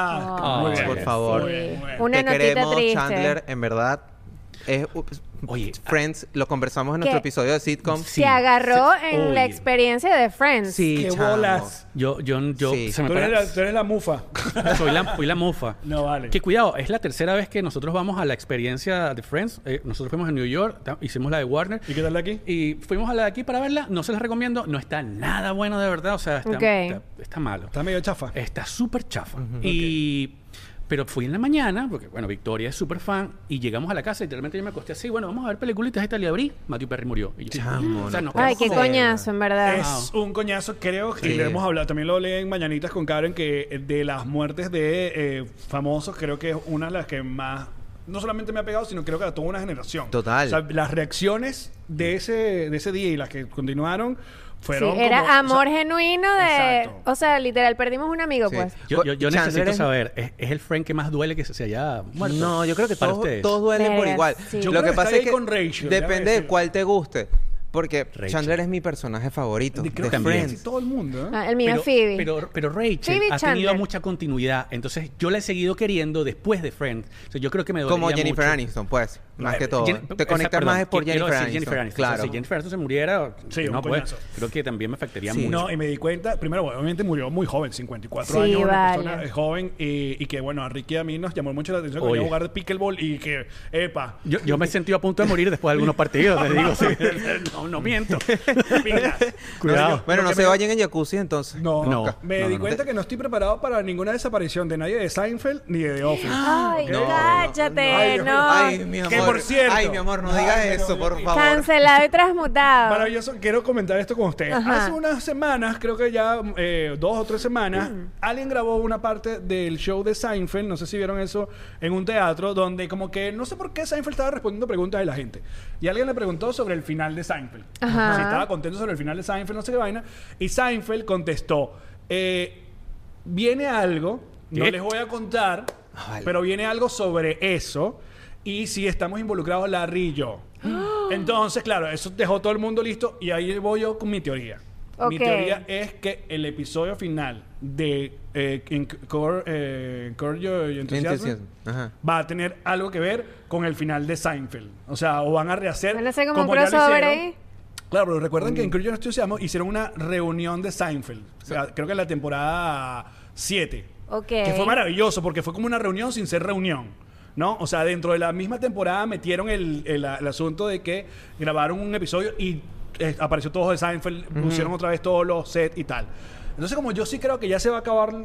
[SPEAKER 2] Ah,
[SPEAKER 4] Oh,
[SPEAKER 2] muy bien.
[SPEAKER 3] por favor.
[SPEAKER 2] Muy bien, muy bien.
[SPEAKER 4] Una
[SPEAKER 3] Te
[SPEAKER 4] notita
[SPEAKER 3] queremos,
[SPEAKER 4] triste.
[SPEAKER 3] Chandler, en verdad. Es,
[SPEAKER 5] Oye,
[SPEAKER 3] Friends, lo conversamos en
[SPEAKER 4] ¿Qué?
[SPEAKER 3] nuestro episodio de sitcom.
[SPEAKER 5] Sí.
[SPEAKER 4] Se agarró
[SPEAKER 5] Sí.
[SPEAKER 4] en la
[SPEAKER 5] Oye.
[SPEAKER 4] experiencia de Friends.
[SPEAKER 3] Sí,
[SPEAKER 2] ¡Qué
[SPEAKER 3] chamo.
[SPEAKER 2] bolas!
[SPEAKER 5] Yo, yo, yo,
[SPEAKER 3] Sí.
[SPEAKER 5] se me
[SPEAKER 2] Tú eres,
[SPEAKER 5] para-
[SPEAKER 2] la, tú eres la mufa.
[SPEAKER 5] soy la, fui la mufa.
[SPEAKER 2] No, vale.
[SPEAKER 5] Que cuidado, es la tercera vez que nosotros vamos a la experiencia de Friends. Eh, nosotros fuimos a New York, ta- hicimos la de Warner.
[SPEAKER 2] ¿Y qué tal de aquí?
[SPEAKER 5] Y fuimos a la de aquí para verla. No se las recomiendo. No está nada bueno de verdad. O sea, está,
[SPEAKER 4] Ok.
[SPEAKER 5] está, está malo.
[SPEAKER 2] Está medio chafa.
[SPEAKER 5] Está súper chafa. Y... Pero fui en la mañana, porque, bueno, Victoria es súper fan, y llegamos a la casa y literalmente yo me acosté así, bueno, vamos a ver peliculitas y tal, y abrí, Matthew Perry murió. Y yo,
[SPEAKER 3] Chamo,
[SPEAKER 5] o sea,
[SPEAKER 3] no
[SPEAKER 5] nos
[SPEAKER 3] puede
[SPEAKER 4] Ay,
[SPEAKER 5] quedamos
[SPEAKER 4] qué
[SPEAKER 5] como-
[SPEAKER 3] ser.
[SPEAKER 4] coñazo, en verdad.
[SPEAKER 2] Es un coñazo, creo, y
[SPEAKER 3] Sí.
[SPEAKER 2] lo hemos hablado, también lo hablé en Mañanitas con Karen, que de las muertes de eh, famosos, creo que es una de las que más, no solamente me ha pegado, sino creo que a toda una generación.
[SPEAKER 3] Total.
[SPEAKER 2] O sea, las reacciones de ese, de ese día y las que continuaron fueron
[SPEAKER 4] Sí, era
[SPEAKER 2] como- o sea,
[SPEAKER 4] amor genuino de...
[SPEAKER 2] Exacto.
[SPEAKER 4] O sea, literal, perdimos un amigo,
[SPEAKER 3] Sí.
[SPEAKER 4] pues.
[SPEAKER 5] Yo, yo, yo
[SPEAKER 3] Chandler
[SPEAKER 5] necesito
[SPEAKER 3] es-
[SPEAKER 5] saber, ¿es, es el friend que más duele que se, se haya muerto?
[SPEAKER 3] No, yo creo que
[SPEAKER 5] Para
[SPEAKER 3] todos,
[SPEAKER 5] ustedes.
[SPEAKER 3] todos duelen por
[SPEAKER 4] Verga,
[SPEAKER 3] igual.
[SPEAKER 4] sí.
[SPEAKER 2] Yo
[SPEAKER 3] Lo
[SPEAKER 2] creo
[SPEAKER 3] que
[SPEAKER 2] que
[SPEAKER 3] pasa
[SPEAKER 2] está
[SPEAKER 3] es
[SPEAKER 2] ahí
[SPEAKER 3] que
[SPEAKER 2] con Rachel, déjame
[SPEAKER 3] depende de
[SPEAKER 2] decir.
[SPEAKER 3] cuál te guste. Porque
[SPEAKER 5] Rachel.
[SPEAKER 3] Chandler es mi personaje favorito de,
[SPEAKER 2] creo que
[SPEAKER 5] también.
[SPEAKER 2] Friends, todo el mundo, ¿eh?
[SPEAKER 4] Ah, el mío
[SPEAKER 5] pero,
[SPEAKER 4] es Phoebe.
[SPEAKER 5] Pero, pero Rachel
[SPEAKER 4] Phoebe
[SPEAKER 5] ha tenido
[SPEAKER 4] Chandler.
[SPEAKER 5] mucha continuidad. Entonces, yo la he seguido queriendo después de Friends. O sea, yo creo que me dolería
[SPEAKER 3] Como Jennifer
[SPEAKER 5] mucho.
[SPEAKER 3] Aniston, pues. Más
[SPEAKER 2] Claro.
[SPEAKER 3] que todo.
[SPEAKER 5] Jen-
[SPEAKER 3] te
[SPEAKER 5] esa-
[SPEAKER 3] conectas
[SPEAKER 5] perdón,
[SPEAKER 3] más es por
[SPEAKER 5] quiero
[SPEAKER 3] Jennifer
[SPEAKER 5] decir
[SPEAKER 3] Aniston.
[SPEAKER 5] Aniston.
[SPEAKER 3] Claro.
[SPEAKER 5] O sea, si Jennifer Aniston se muriera,
[SPEAKER 2] Sí,
[SPEAKER 5] no
[SPEAKER 2] un
[SPEAKER 5] pues,
[SPEAKER 2] coñazo.
[SPEAKER 5] creo que también me afectaría
[SPEAKER 3] Sí.
[SPEAKER 5] mucho.
[SPEAKER 2] No, y me di cuenta, primero, bueno, obviamente murió muy joven, cincuenta y cuatro
[SPEAKER 4] Sí,
[SPEAKER 2] años, una
[SPEAKER 4] vale.
[SPEAKER 2] persona eh, joven, y, y que, bueno, a Ricky y a mí nos llamó mucho la atención que
[SPEAKER 5] Oye.
[SPEAKER 2] iba a jugar de pickleball y que, epa,
[SPEAKER 5] Yo, yo me he sentido a punto de morir después de algunos partidos, te digo. Sí. No, no miento.
[SPEAKER 2] pilas.
[SPEAKER 5] Cuidado.
[SPEAKER 3] Bueno,
[SPEAKER 2] Lo
[SPEAKER 3] no
[SPEAKER 2] que
[SPEAKER 3] se
[SPEAKER 2] me-
[SPEAKER 3] vayan en jacuzzi entonces.
[SPEAKER 2] No,
[SPEAKER 5] No.
[SPEAKER 2] me
[SPEAKER 5] no,
[SPEAKER 2] di
[SPEAKER 5] no.
[SPEAKER 2] cuenta que no estoy preparado para ninguna desaparición de nadie de Seinfeld ni de The Office.
[SPEAKER 4] Ay,
[SPEAKER 2] ¿ok?
[SPEAKER 4] cállate,
[SPEAKER 2] Ay, Dios mío.
[SPEAKER 4] no.
[SPEAKER 3] Ay, mi amor.
[SPEAKER 2] Que por cierto-
[SPEAKER 3] Ay, mi amor, no digas
[SPEAKER 2] Ay, pero-
[SPEAKER 3] eso, por favor.
[SPEAKER 4] Cancelado y transmutado.
[SPEAKER 2] Maravilloso, quiero comentar esto con ustedes.
[SPEAKER 4] Ajá.
[SPEAKER 2] Hace unas semanas, creo que ya eh, dos o tres semanas, alguien grabó una parte del show de Seinfeld, no sé si vieron eso, en un teatro, donde como que no sé por qué Seinfeld estaba respondiendo preguntas de la gente. Y alguien le preguntó sobre el final de Seinfeld.
[SPEAKER 4] Ajá.
[SPEAKER 2] Si estaba contento sobre el final de Seinfeld, no sé qué vaina. Y Seinfeld contestó, eh, viene algo, no
[SPEAKER 5] ¿Qué?
[SPEAKER 2] les voy a contar,
[SPEAKER 3] Ah, vale.
[SPEAKER 2] pero viene algo sobre eso. Y si estamos involucrados Larry y yo. Entonces, claro, eso dejó todo el mundo listo. Y ahí voy yo con mi teoría. Mi
[SPEAKER 4] Ok.
[SPEAKER 2] teoría es que el episodio final de eh, en Core, eh, Curb Your Enthusiasm
[SPEAKER 3] Entusiasmo. Ajá.
[SPEAKER 2] va a tener algo que ver con el final de Seinfeld. O sea, o van a rehacer.
[SPEAKER 4] ¿Van a hacer como un
[SPEAKER 2] ya lo
[SPEAKER 4] crossover
[SPEAKER 2] hicieron.
[SPEAKER 4] ahí?
[SPEAKER 2] Claro, pero recuerden que en Curb Your Enthusiasm hicieron una reunión de Seinfeld. O sea, creo que en la temporada siete.
[SPEAKER 4] Ok.
[SPEAKER 2] Que fue maravilloso porque fue como una reunión sin ser reunión. ¿No? O sea, dentro de la misma temporada metieron el, el- el asunto de que grabaron un episodio y eh, apareció todo de Seinfeld, pusieron otra vez todos los sets y tal. Entonces, como yo sí creo que ya se va a acabar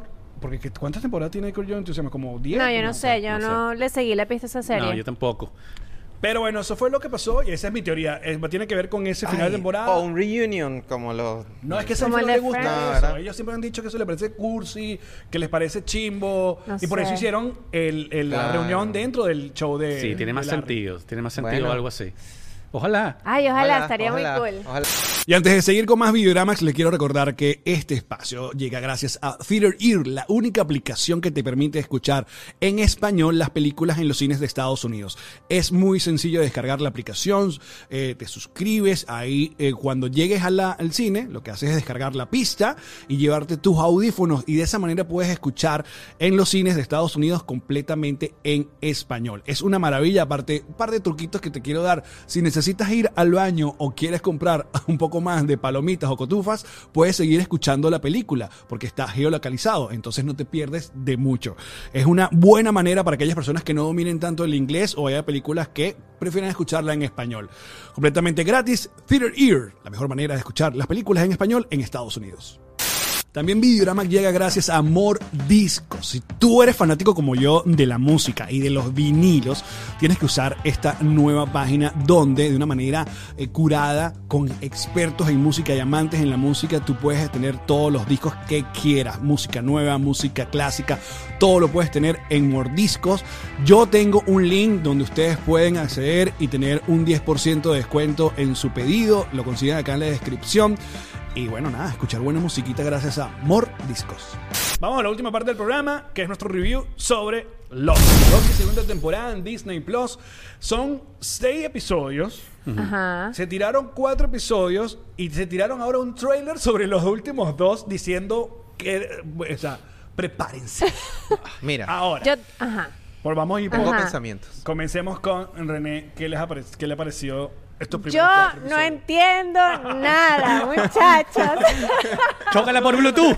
[SPEAKER 2] Porque ¿qué- ¿cuántas temporadas tiene Curb Your Enthusiasm? Como diez.
[SPEAKER 4] No, yo no sé, yo
[SPEAKER 5] no
[SPEAKER 4] no, le seguí la pista a esa serie.
[SPEAKER 5] No, yo tampoco.
[SPEAKER 2] Pero bueno, eso fue lo que pasó y esa es mi teoría. Eh, tiene que ver con ese final
[SPEAKER 3] Ay,
[SPEAKER 2] de temporada.
[SPEAKER 3] O un reunion, como los...
[SPEAKER 2] No, es que a
[SPEAKER 4] Como
[SPEAKER 2] no
[SPEAKER 4] el
[SPEAKER 2] le
[SPEAKER 4] de
[SPEAKER 2] gusta
[SPEAKER 4] Friends.
[SPEAKER 3] No,
[SPEAKER 2] eso.
[SPEAKER 3] ¿verdad?
[SPEAKER 2] Ellos siempre han dicho que eso le parece cursi, que les parece chimbo.
[SPEAKER 4] No
[SPEAKER 2] y por
[SPEAKER 4] sé.
[SPEAKER 2] eso hicieron el, el- la
[SPEAKER 3] Claro.
[SPEAKER 2] reunión dentro del show de.
[SPEAKER 5] Sí, tiene
[SPEAKER 2] de
[SPEAKER 5] más
[SPEAKER 2] Larry.
[SPEAKER 5] sentido. Tiene más sentido
[SPEAKER 3] Bueno.
[SPEAKER 5] algo así. Ojalá.
[SPEAKER 4] Ay, ojalá,
[SPEAKER 3] Ojalá,
[SPEAKER 4] estaría
[SPEAKER 3] ojalá,
[SPEAKER 4] muy cool.
[SPEAKER 3] ojalá.
[SPEAKER 2] Y antes de seguir con más Videoramax, les quiero recordar que este espacio llega gracias a Theater Ear, la única aplicación que te permite escuchar en español las películas en los cines de Estados Unidos. Es muy sencillo descargar la aplicación, eh, te suscribes, ahí eh, cuando llegues a la- al cine, lo que haces es descargar la pista y llevarte tus audífonos y de esa manera puedes escuchar en los cines de Estados Unidos completamente en español. Es una maravilla, aparte, un par de truquitos que te quiero dar. Si necesitas ir al baño o quieres comprar un poco más de palomitas o cotufas, puedes seguir escuchando la película porque está geolocalizado, entonces no te pierdes de mucho. Es una buena manera para aquellas personas que no dominen tanto el inglés o haya películas que prefieren escucharla en español. Completamente gratis, Theater Ear, la mejor manera de escuchar las películas en español en Estados Unidos. También Videoramax llega gracias a Amor Discos. Si tú eres fanático como yo de la música y de los vinilos, tienes que usar esta nueva página donde de una manera eh, curada con expertos en música y amantes en la música, tú puedes tener todos los discos que quieras. Música nueva, música clásica, todo lo puedes tener en Mordiscos. Yo tengo un link donde ustedes pueden acceder y tener un diez por ciento de descuento en su pedido. Lo consiguen acá en la descripción. Y bueno, nada, escuchar buena musiquita gracias a Mordiscos. Vamos a la última parte del programa, que es nuestro review sobre Loki. Loki, segunda temporada en Disney Plus. Son seis episodios.
[SPEAKER 4] Ajá.
[SPEAKER 2] Se tiraron cuatro episodios y se tiraron ahora un trailer sobre los últimos dos diciendo que, o sea, prepárense.
[SPEAKER 3] Mira,
[SPEAKER 2] Ahora,
[SPEAKER 4] Yo, ajá.
[SPEAKER 2] pues vamos a ir
[SPEAKER 3] tengo
[SPEAKER 2] por-
[SPEAKER 4] Ajá.
[SPEAKER 3] pensamientos.
[SPEAKER 2] Comencemos con René. ¿Qué les apare- qué le pareció estos primeros
[SPEAKER 4] Yo
[SPEAKER 2] cuatro
[SPEAKER 4] no
[SPEAKER 2] episodios?
[SPEAKER 4] entiendo nada, muchachos.
[SPEAKER 5] ¡Chócala por Bluetooth!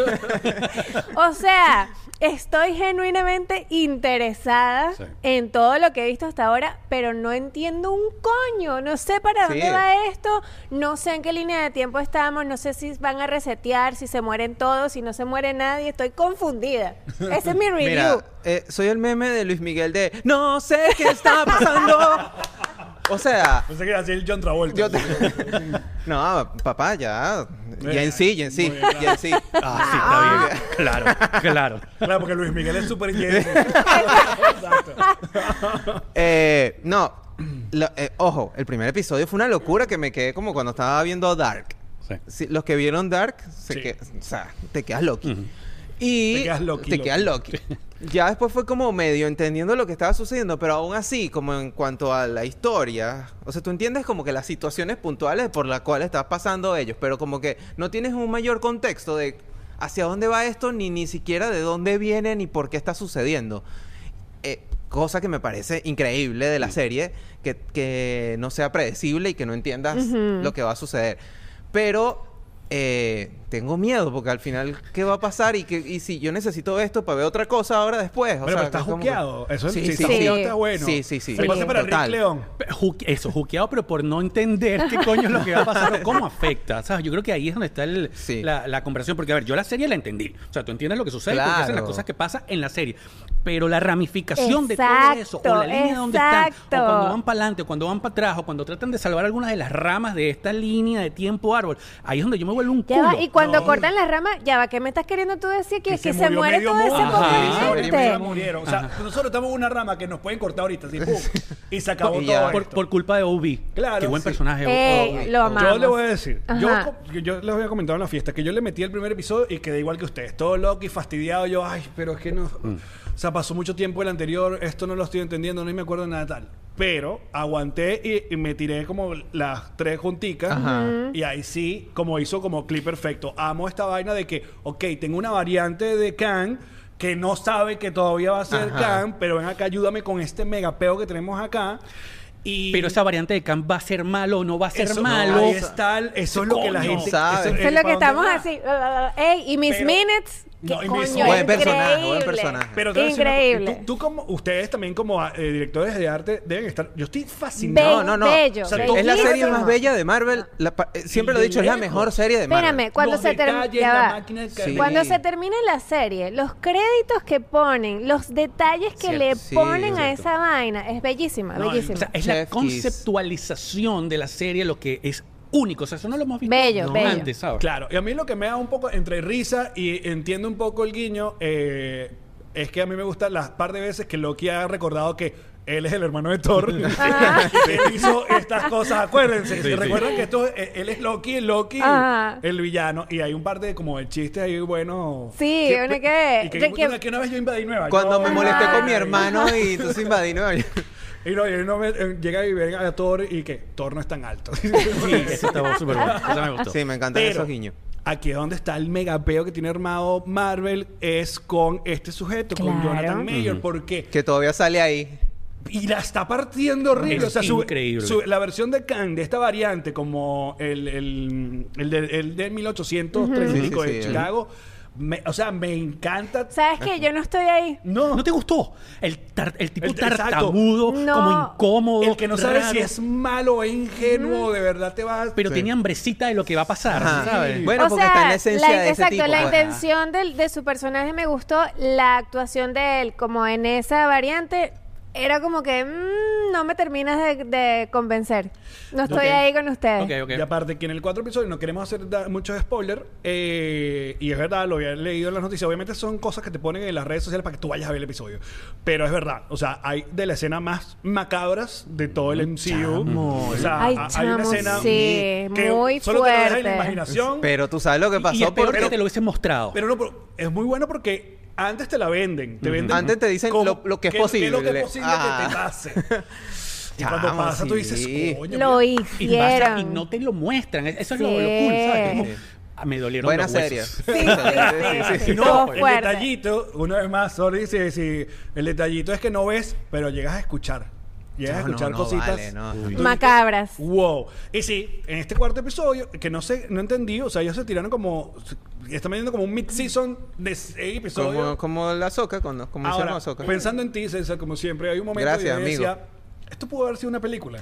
[SPEAKER 4] O sea, estoy genuinamente interesada
[SPEAKER 5] Sí.
[SPEAKER 4] en todo lo que he visto hasta ahora, pero no entiendo un coño. No sé para
[SPEAKER 3] Sí.
[SPEAKER 4] dónde va esto, no sé en qué línea de tiempo estamos, no sé si van a resetear, si se mueren todos, si no se muere nadie. Estoy confundida. Ese es mi review.
[SPEAKER 3] Mira, eh, soy el meme de Luis Miguel de no sé qué está pasando. O sea,
[SPEAKER 2] Pensé que era así el John Travolta.
[SPEAKER 3] yo te... No, papá, ya.
[SPEAKER 2] Eh,
[SPEAKER 3] Ya en sí, ya en sí,
[SPEAKER 2] muy bien,
[SPEAKER 3] ya en sí.
[SPEAKER 5] Ah, sí, está bien. Claro, claro.
[SPEAKER 2] Claro, porque Luis Miguel es súper intenso. Exacto.
[SPEAKER 3] Eh, no, lo- eh, ojo, el primer episodio fue una locura que me quedé como cuando estaba viendo Dark.
[SPEAKER 5] Sí.
[SPEAKER 3] Sí, los que vieron Dark, se
[SPEAKER 2] Sí.
[SPEAKER 3] que- o sea, te quedas loqui.
[SPEAKER 5] Ujú.
[SPEAKER 3] Y
[SPEAKER 2] Te quedas loqui,
[SPEAKER 3] te
[SPEAKER 2] loqui.
[SPEAKER 3] quedas loqui. Ya después fue como medio entendiendo lo que estaba sucediendo, pero aún así, como en cuanto a la historia, o sea, tú entiendes como que las situaciones puntuales por las cuales estás pasando ellos, pero como que no tienes un mayor contexto de hacia dónde va esto, ni ni siquiera de dónde viene, ni por qué está sucediendo. Eh, cosa que me parece increíble de la serie, que, que no sea predecible y que no entiendas
[SPEAKER 4] Ujú.
[SPEAKER 3] lo que va a suceder. Pero eh, tengo miedo, porque al final, ¿qué va a pasar? Y, que, y si yo necesito esto para ver otra cosa ahora después. O
[SPEAKER 2] Pero,
[SPEAKER 3] sea,
[SPEAKER 2] pero está
[SPEAKER 3] que como que-
[SPEAKER 2] juqueado. Eso es,
[SPEAKER 3] Sí,
[SPEAKER 2] sí,
[SPEAKER 3] sí,
[SPEAKER 2] está
[SPEAKER 3] sí.
[SPEAKER 2] juqueado, está bueno.
[SPEAKER 3] Sí, sí, sí.
[SPEAKER 2] Se pasa para Rick
[SPEAKER 3] Total.
[SPEAKER 2] León.
[SPEAKER 5] Juque- Eso, juqueado, pero por no entender qué coño es lo que va a pasar o cómo afecta. ¿Sabes? Yo creo que ahí es donde está el-
[SPEAKER 3] Sí.
[SPEAKER 5] la, la conversación. Porque, a ver, yo la serie la entendí. O sea, tú entiendes lo que sucede, porque hacen las
[SPEAKER 3] Claro.
[SPEAKER 5] cosas que pasan en la serie. Pero la ramificación de todo eso, o la línea donde están, o
[SPEAKER 4] exacto.
[SPEAKER 5] cuando van para adelante, o cuando van para atrás, o cuando tratan de salvar algunas de las ramas de esta línea de tiempo árbol, ahí es donde yo me vuelvo un
[SPEAKER 4] Ya
[SPEAKER 5] culo.
[SPEAKER 4] va, y cuando
[SPEAKER 2] No.
[SPEAKER 4] cortan las ramas, ya va, ¿qué me estás queriendo tú decir? Que,
[SPEAKER 2] Que
[SPEAKER 4] es que
[SPEAKER 2] se
[SPEAKER 4] se
[SPEAKER 2] murió
[SPEAKER 4] muere
[SPEAKER 2] medio
[SPEAKER 4] todo ese
[SPEAKER 2] mundo.
[SPEAKER 4] poco
[SPEAKER 5] Ajá.
[SPEAKER 4] de
[SPEAKER 2] Se
[SPEAKER 4] gente.
[SPEAKER 2] murieron, murieron. O sea, nosotros estamos en una rama que nos pueden cortar ahorita, así, ¡pum! Y se acabó
[SPEAKER 3] Y
[SPEAKER 2] todo
[SPEAKER 3] ya.
[SPEAKER 5] por,
[SPEAKER 2] esto.
[SPEAKER 5] por culpa de Obi.
[SPEAKER 2] Claro,
[SPEAKER 5] Qué buen
[SPEAKER 2] sí.
[SPEAKER 5] personaje.
[SPEAKER 4] Ey,
[SPEAKER 5] Obi.
[SPEAKER 4] lo amamos.
[SPEAKER 2] Yo le voy a decir, yo,
[SPEAKER 4] Ajá.
[SPEAKER 2] co- yo les había comentado en la fiesta que yo le metí el primer episodio y quedé igual que ustedes, todo loco y fastidiado. Yo, ay, pero es que no. O sea, pasó mucho tiempo el anterior, esto no lo estoy entendiendo, no me acuerdo nada tal. Pero aguanté y, y me tiré como las tres junticas.
[SPEAKER 3] Ajá.
[SPEAKER 2] Y ahí sí, como hizo como clip perfecto. Amo esta vaina de que, ok, tengo una variante de Kang que no sabe que todavía va a ser
[SPEAKER 3] Ajá.
[SPEAKER 2] Kang, pero ven acá, ayúdame con este megapeo que tenemos acá. Y
[SPEAKER 5] Pero esa variante de Khan va a ser malo o no va a ser
[SPEAKER 2] eso,
[SPEAKER 5] malo.
[SPEAKER 2] ahí está, el- eso es lo que la
[SPEAKER 3] Coño.
[SPEAKER 2] gente
[SPEAKER 3] Sabe.
[SPEAKER 2] eso
[SPEAKER 4] Eso es lo que
[SPEAKER 2] ¿para dónde
[SPEAKER 4] estamos
[SPEAKER 2] va?
[SPEAKER 4] así. Ey, y mis
[SPEAKER 2] Pero-
[SPEAKER 4] minutes
[SPEAKER 2] No,
[SPEAKER 4] ¿Qué
[SPEAKER 2] y
[SPEAKER 4] coño?
[SPEAKER 2] mis-
[SPEAKER 3] Buen
[SPEAKER 4] Increíble.
[SPEAKER 3] personaje, buen personaje.
[SPEAKER 2] Pero te voy a decir una
[SPEAKER 4] Increíble.
[SPEAKER 2] cosa, tú, tú como ustedes también como eh, directores de arte deben estar. Yo estoy fascinado.
[SPEAKER 4] Be-
[SPEAKER 3] No, no, no.
[SPEAKER 4] bello,
[SPEAKER 2] O sea,
[SPEAKER 3] Es la serie
[SPEAKER 4] bellísimo.
[SPEAKER 3] más bella de Marvel. La pa- eh, siempre
[SPEAKER 2] Y
[SPEAKER 3] lo he
[SPEAKER 2] de
[SPEAKER 3] dicho, es la
[SPEAKER 2] lejos.
[SPEAKER 3] mejor serie de Marvel.
[SPEAKER 4] Espérame, cuando
[SPEAKER 2] Los
[SPEAKER 4] se termina.
[SPEAKER 2] detalles,
[SPEAKER 4] Ya
[SPEAKER 2] la
[SPEAKER 4] va.
[SPEAKER 2] máquina de
[SPEAKER 3] Sí.
[SPEAKER 2] cabello.
[SPEAKER 4] Cuando se termine la serie, los créditos que ponen, los detalles que
[SPEAKER 5] Cierto.
[SPEAKER 4] le
[SPEAKER 3] Sí,
[SPEAKER 4] ponen a
[SPEAKER 3] cierto.
[SPEAKER 4] esa vaina, es bellísima,
[SPEAKER 2] No,
[SPEAKER 4] bellísima.
[SPEAKER 5] O sea, es la
[SPEAKER 3] Chef Kiss.
[SPEAKER 5] conceptualización de la serie lo que es único. O sea, eso no lo hemos visto
[SPEAKER 4] Bello,
[SPEAKER 5] no,
[SPEAKER 4] bello.
[SPEAKER 5] antes, ¿sabes?
[SPEAKER 2] Claro, y a mí lo que me da un poco entre risa y entiendo un poco el guiño eh, es que a mí me gusta las par de veces que Loki ha recordado que él es el hermano de Thor
[SPEAKER 4] Ajá.
[SPEAKER 2] y que él hizo estas cosas. Acuérdense,
[SPEAKER 5] Sí,
[SPEAKER 2] ¿se
[SPEAKER 5] sí.
[SPEAKER 2] recuerdan que esto eh, él es Loki, Loki,
[SPEAKER 4] Ajá.
[SPEAKER 2] el villano y hay un par de como de chistes ahí bueno.
[SPEAKER 4] Sí, uno que-
[SPEAKER 2] y que,
[SPEAKER 4] que-
[SPEAKER 2] una- que una vez yo invadí Nueva
[SPEAKER 3] Cuando
[SPEAKER 2] York.
[SPEAKER 3] me molesté con mi
[SPEAKER 2] Ay.
[SPEAKER 3] hermano y entonces invadí Nueva York.
[SPEAKER 2] Y no, y no me, eh, llega a vivir a Thor y que Thor no es tan alto.
[SPEAKER 5] Sí, eso estaba súper bueno. Eso me gustó.
[SPEAKER 3] Sí, me encantan
[SPEAKER 2] Pero
[SPEAKER 3] esos guiños.
[SPEAKER 2] aquí es donde está el megapeo que tiene armado Marvel, es con este sujeto, con
[SPEAKER 4] Claro.
[SPEAKER 2] Jonathan Mayer,
[SPEAKER 5] Ujú.
[SPEAKER 2] porque
[SPEAKER 3] Que todavía sale ahí.
[SPEAKER 2] y la está partiendo horrible.
[SPEAKER 5] Es
[SPEAKER 2] o sea, su-
[SPEAKER 5] increíble.
[SPEAKER 2] su- la versión de Kang de esta variante, como el, el, el de, el de mil ochocientos treinta y
[SPEAKER 3] Ujú.
[SPEAKER 2] cinco
[SPEAKER 3] Sí, sí,
[SPEAKER 2] de
[SPEAKER 3] sí.
[SPEAKER 2] Chicago, me- o sea, me encanta.
[SPEAKER 4] ¿Sabes qué? Yo no estoy ahí.
[SPEAKER 2] No,
[SPEAKER 5] ¿No te gustó? El, tar- el tipo
[SPEAKER 2] El- exacto.
[SPEAKER 5] tartamudo,
[SPEAKER 4] No.
[SPEAKER 5] como incómodo.
[SPEAKER 2] el que no sabe
[SPEAKER 5] raro,
[SPEAKER 2] si es malo o ingenuo, de verdad te va a...
[SPEAKER 5] Pero
[SPEAKER 3] Sí.
[SPEAKER 5] tenía hambrecita de lo que va a pasar,
[SPEAKER 3] Ajá.
[SPEAKER 5] ¿sabes?
[SPEAKER 3] Bueno,
[SPEAKER 4] o
[SPEAKER 3] porque
[SPEAKER 4] sea,
[SPEAKER 3] está en la esencia
[SPEAKER 4] la-
[SPEAKER 3] de ese
[SPEAKER 4] exacto,
[SPEAKER 3] tipo.
[SPEAKER 4] la
[SPEAKER 3] pues.
[SPEAKER 4] intención del- de su personaje me gustó, la actuación de él como en esa variante era como que mm, no me terminas de, de convencer. No estoy
[SPEAKER 2] Ok.
[SPEAKER 4] ahí con ustedes.
[SPEAKER 5] Ok, ok.
[SPEAKER 2] Y aparte que en el cuatro episodio no queremos hacer da- muchos spoilers, eh, y es verdad, lo había leído en las noticias, obviamente son cosas que te ponen en las redes sociales para que tú vayas a ver el episodio, pero es verdad, o sea, hay de la escena más macabras de todo el M C U.
[SPEAKER 3] Chamo.
[SPEAKER 2] O sea,
[SPEAKER 4] Ay,
[SPEAKER 2] a- hay una
[SPEAKER 4] chamo,
[SPEAKER 2] escena
[SPEAKER 4] sí,
[SPEAKER 2] que
[SPEAKER 4] muy
[SPEAKER 2] solo te lo deja en la
[SPEAKER 4] fuerte.
[SPEAKER 2] imaginación,
[SPEAKER 3] Pero tú sabes lo que pasó
[SPEAKER 5] y es peor
[SPEAKER 3] porque
[SPEAKER 5] que te lo hubiesen mostrado.
[SPEAKER 2] pero no, pero es muy bueno porque antes te la venden, te
[SPEAKER 5] Ujú.
[SPEAKER 2] venden
[SPEAKER 3] Antes te dicen
[SPEAKER 2] cómo-
[SPEAKER 3] lo- lo que es
[SPEAKER 2] qué- qué
[SPEAKER 3] posible.
[SPEAKER 2] lo que es posible
[SPEAKER 3] Ah.
[SPEAKER 2] que te pase. Y cuando
[SPEAKER 3] Chamo,
[SPEAKER 2] pasa tú dices,
[SPEAKER 3] sí.
[SPEAKER 2] coño,
[SPEAKER 4] Lo
[SPEAKER 2] mira.
[SPEAKER 5] y, pasa,
[SPEAKER 4] hicieron.
[SPEAKER 5] y no te lo muestran. Eso es
[SPEAKER 4] Sí.
[SPEAKER 5] lo, lo cool, ¿sabes? Es como,
[SPEAKER 3] Sí.
[SPEAKER 5] ah, me dolieron
[SPEAKER 3] Buena
[SPEAKER 5] los
[SPEAKER 3] serie.
[SPEAKER 5] huesos.
[SPEAKER 4] Sí, sí, sí, sí,
[SPEAKER 2] Y no,
[SPEAKER 4] todo
[SPEAKER 2] el
[SPEAKER 4] fuerte.
[SPEAKER 2] detallito, una vez más, solo dice, si el detallito es que no ves, pero llegas a escuchar. Llegas a
[SPEAKER 3] No,
[SPEAKER 2] escuchar
[SPEAKER 3] no, no,
[SPEAKER 2] cositas.
[SPEAKER 3] vale, no.
[SPEAKER 2] Tú dices,
[SPEAKER 4] Macabras.
[SPEAKER 2] Wow. Y sí, en este cuarto episodio, que no sé, no entendí, o sea, ellos se tiraron como, están vendiendo como un mid-season de seis episodios.
[SPEAKER 3] Como, como la soca, cuando como hicieron
[SPEAKER 2] Ahora,
[SPEAKER 3] la soca.
[SPEAKER 2] pensando en ti, César, como siempre, hay un momento
[SPEAKER 3] Gracias,
[SPEAKER 2] que yo
[SPEAKER 3] amigo.
[SPEAKER 2] decía, esto pudo haber sido una película.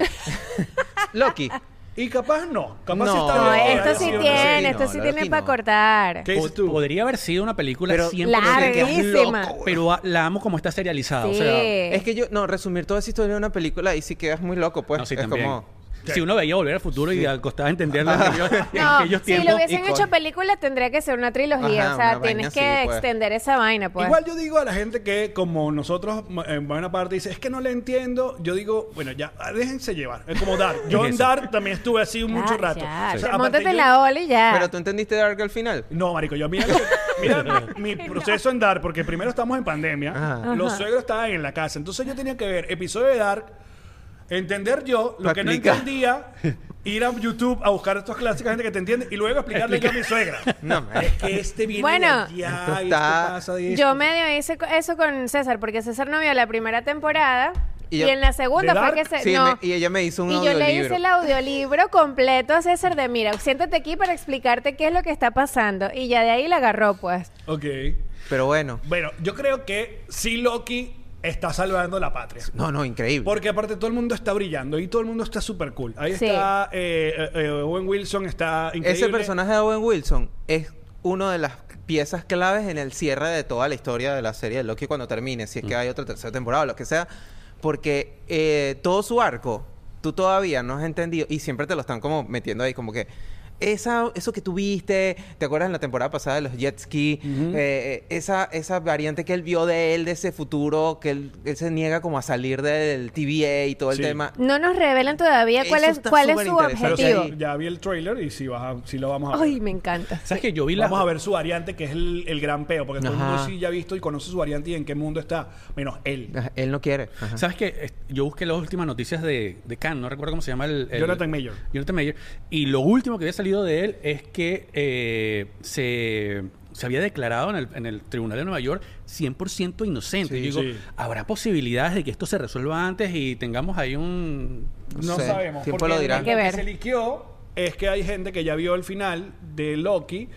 [SPEAKER 3] Loki.
[SPEAKER 2] Y capaz no. Capaz
[SPEAKER 3] No.
[SPEAKER 2] sí está
[SPEAKER 4] No,
[SPEAKER 2] bien que
[SPEAKER 4] esto
[SPEAKER 2] haya
[SPEAKER 4] sí
[SPEAKER 2] sido una
[SPEAKER 4] tiene,
[SPEAKER 2] serie.
[SPEAKER 4] esto
[SPEAKER 3] no,
[SPEAKER 4] sí
[SPEAKER 3] la
[SPEAKER 4] tiene
[SPEAKER 3] Loki
[SPEAKER 4] para
[SPEAKER 3] no.
[SPEAKER 4] cortar.
[SPEAKER 2] ¿Qué dices
[SPEAKER 5] Po-
[SPEAKER 2] tú?
[SPEAKER 5] Podría haber sido una película
[SPEAKER 3] Pero-
[SPEAKER 5] cien por ciento,
[SPEAKER 4] Larguísima.
[SPEAKER 3] loco.
[SPEAKER 5] pero a- la amo como está serializada. O
[SPEAKER 4] Sí.
[SPEAKER 5] sea,
[SPEAKER 3] Es que yo, no, resumir toda esa historia en una película y sí quedas muy loco, pues.
[SPEAKER 5] no, sí,
[SPEAKER 3] es
[SPEAKER 5] también.
[SPEAKER 3] como.
[SPEAKER 5] Si uno veía Volver al Futuro y costaba entenderla en aquellos, en
[SPEAKER 4] No,
[SPEAKER 5] aquellos
[SPEAKER 4] si
[SPEAKER 5] tiempos.
[SPEAKER 4] lo hubiesen
[SPEAKER 3] icónico.
[SPEAKER 4] hecho película tendría que ser una trilogía.
[SPEAKER 3] Ajá,
[SPEAKER 4] o sea,
[SPEAKER 3] una
[SPEAKER 4] tienes
[SPEAKER 3] vaina
[SPEAKER 4] que
[SPEAKER 3] así, pues.
[SPEAKER 4] extender esa vaina, pues.
[SPEAKER 2] Igual yo digo a la gente que, como nosotros, m- en buena parte, dice, es que no le entiendo. Yo digo, bueno, ya, déjense llevar. Es como Dark. Yo en
[SPEAKER 5] eso.
[SPEAKER 2] Dark también estuve así un
[SPEAKER 4] Ya,
[SPEAKER 2] mucho rato.
[SPEAKER 4] ya.
[SPEAKER 2] O sea,
[SPEAKER 4] Te
[SPEAKER 2] aparte
[SPEAKER 4] Móntate en
[SPEAKER 2] yo-
[SPEAKER 4] la ola y ya.
[SPEAKER 3] Pero tú entendiste Dark al final.
[SPEAKER 2] No, marico, yo mira, lo que- mira mi, mi proceso en Dark, porque primero estamos en pandemia,
[SPEAKER 3] Ajá.
[SPEAKER 2] los
[SPEAKER 4] Ajá.
[SPEAKER 2] suegros estaban en la casa, entonces yo tenía que ver episodio de Dark, entender yo lo
[SPEAKER 3] Pa'
[SPEAKER 2] que no
[SPEAKER 3] explicar.
[SPEAKER 2] entendía, ir a YouTube a buscar estos clásicos gente que te entiende y luego explicarle yo a mi suegra.
[SPEAKER 3] No, man.
[SPEAKER 2] Es que este viene
[SPEAKER 4] Bueno.
[SPEAKER 2] de allá
[SPEAKER 3] Esto
[SPEAKER 2] y esto
[SPEAKER 3] está-
[SPEAKER 2] pasa de
[SPEAKER 4] Yo
[SPEAKER 2] esto.
[SPEAKER 4] medio hice co- eso con César, porque César no vio la primera temporada
[SPEAKER 3] Y
[SPEAKER 4] y,
[SPEAKER 3] yo-
[SPEAKER 4] en la segunda
[SPEAKER 2] ¿De
[SPEAKER 4] fue
[SPEAKER 2] Dark?
[SPEAKER 4] que se...
[SPEAKER 3] Sí,
[SPEAKER 4] no,
[SPEAKER 3] me- y ella me hizo un
[SPEAKER 4] y yo le
[SPEAKER 3] audiolibro.
[SPEAKER 4] hice el audiolibro completo a César de, mira, siéntate aquí para explicarte qué es lo que está pasando. Y ya de ahí la agarró, pues.
[SPEAKER 2] Ok.
[SPEAKER 3] Pero bueno.
[SPEAKER 2] Bueno, yo creo que sí Loki está salvando la patria.
[SPEAKER 3] No, no, increíble.
[SPEAKER 2] Porque aparte todo el mundo está brillando y todo el mundo está súper cool. Ahí
[SPEAKER 4] Sí.
[SPEAKER 2] está eh, eh, eh, Owen Wilson, está increíble.
[SPEAKER 3] Ese personaje de Owen Wilson es una de las piezas claves en el cierre de toda la historia de la serie de Loki cuando termine, si es que hay otra tercera temporada o lo que sea, porque eh, todo su arco tú todavía no has entendido y siempre te lo están como metiendo ahí como que esa, eso que tú viste, ¿te acuerdas en la temporada pasada de los jet ski?
[SPEAKER 2] Ujú.
[SPEAKER 3] Eh, esa, esa variante que él vio de él, de ese futuro, que él, él se niega como a salir del T V A y todo el
[SPEAKER 2] Sí.
[SPEAKER 3] tema.
[SPEAKER 4] No nos revelan todavía cuál
[SPEAKER 3] Eso
[SPEAKER 4] es,
[SPEAKER 3] está
[SPEAKER 4] cuál es
[SPEAKER 3] súper
[SPEAKER 4] su
[SPEAKER 3] interesante.
[SPEAKER 2] Pero
[SPEAKER 4] objetivo.
[SPEAKER 2] sí, ya vi el trailer y sí, vas a- sí lo vamos a ver.
[SPEAKER 4] Ay, me encanta.
[SPEAKER 5] ¿Sabes qué? Yo vi la...
[SPEAKER 2] Vamos a ver su variante, que es el, el gran peo, porque todo el mundo
[SPEAKER 3] Ajá.
[SPEAKER 2] sí ya ha visto y conoce su variante y en qué mundo está, menos él.
[SPEAKER 3] Ajá, Él no quiere. Ajá.
[SPEAKER 5] ¿Sabes qué? Yo busqué las últimas noticias de, de Khan, no recuerdo cómo se llama el... el-
[SPEAKER 2] Jonathan Mayer.
[SPEAKER 5] Jonathan Mayer. Y lo último que había salido de él es que eh, se, se había declarado en el, en el Tribunal de Nueva York cien por ciento inocente.
[SPEAKER 3] Sí,
[SPEAKER 5] Yo digo,
[SPEAKER 2] sí.
[SPEAKER 5] ¿habrá posibilidades de que esto se resuelva antes y tengamos ahí un...
[SPEAKER 2] No
[SPEAKER 3] sé,
[SPEAKER 2] sabemos.
[SPEAKER 3] tiempo
[SPEAKER 2] porque
[SPEAKER 3] lo dirá.
[SPEAKER 2] lo
[SPEAKER 4] Hay que ver.
[SPEAKER 2] se liqueó es que hay gente que ya vio el final de Loki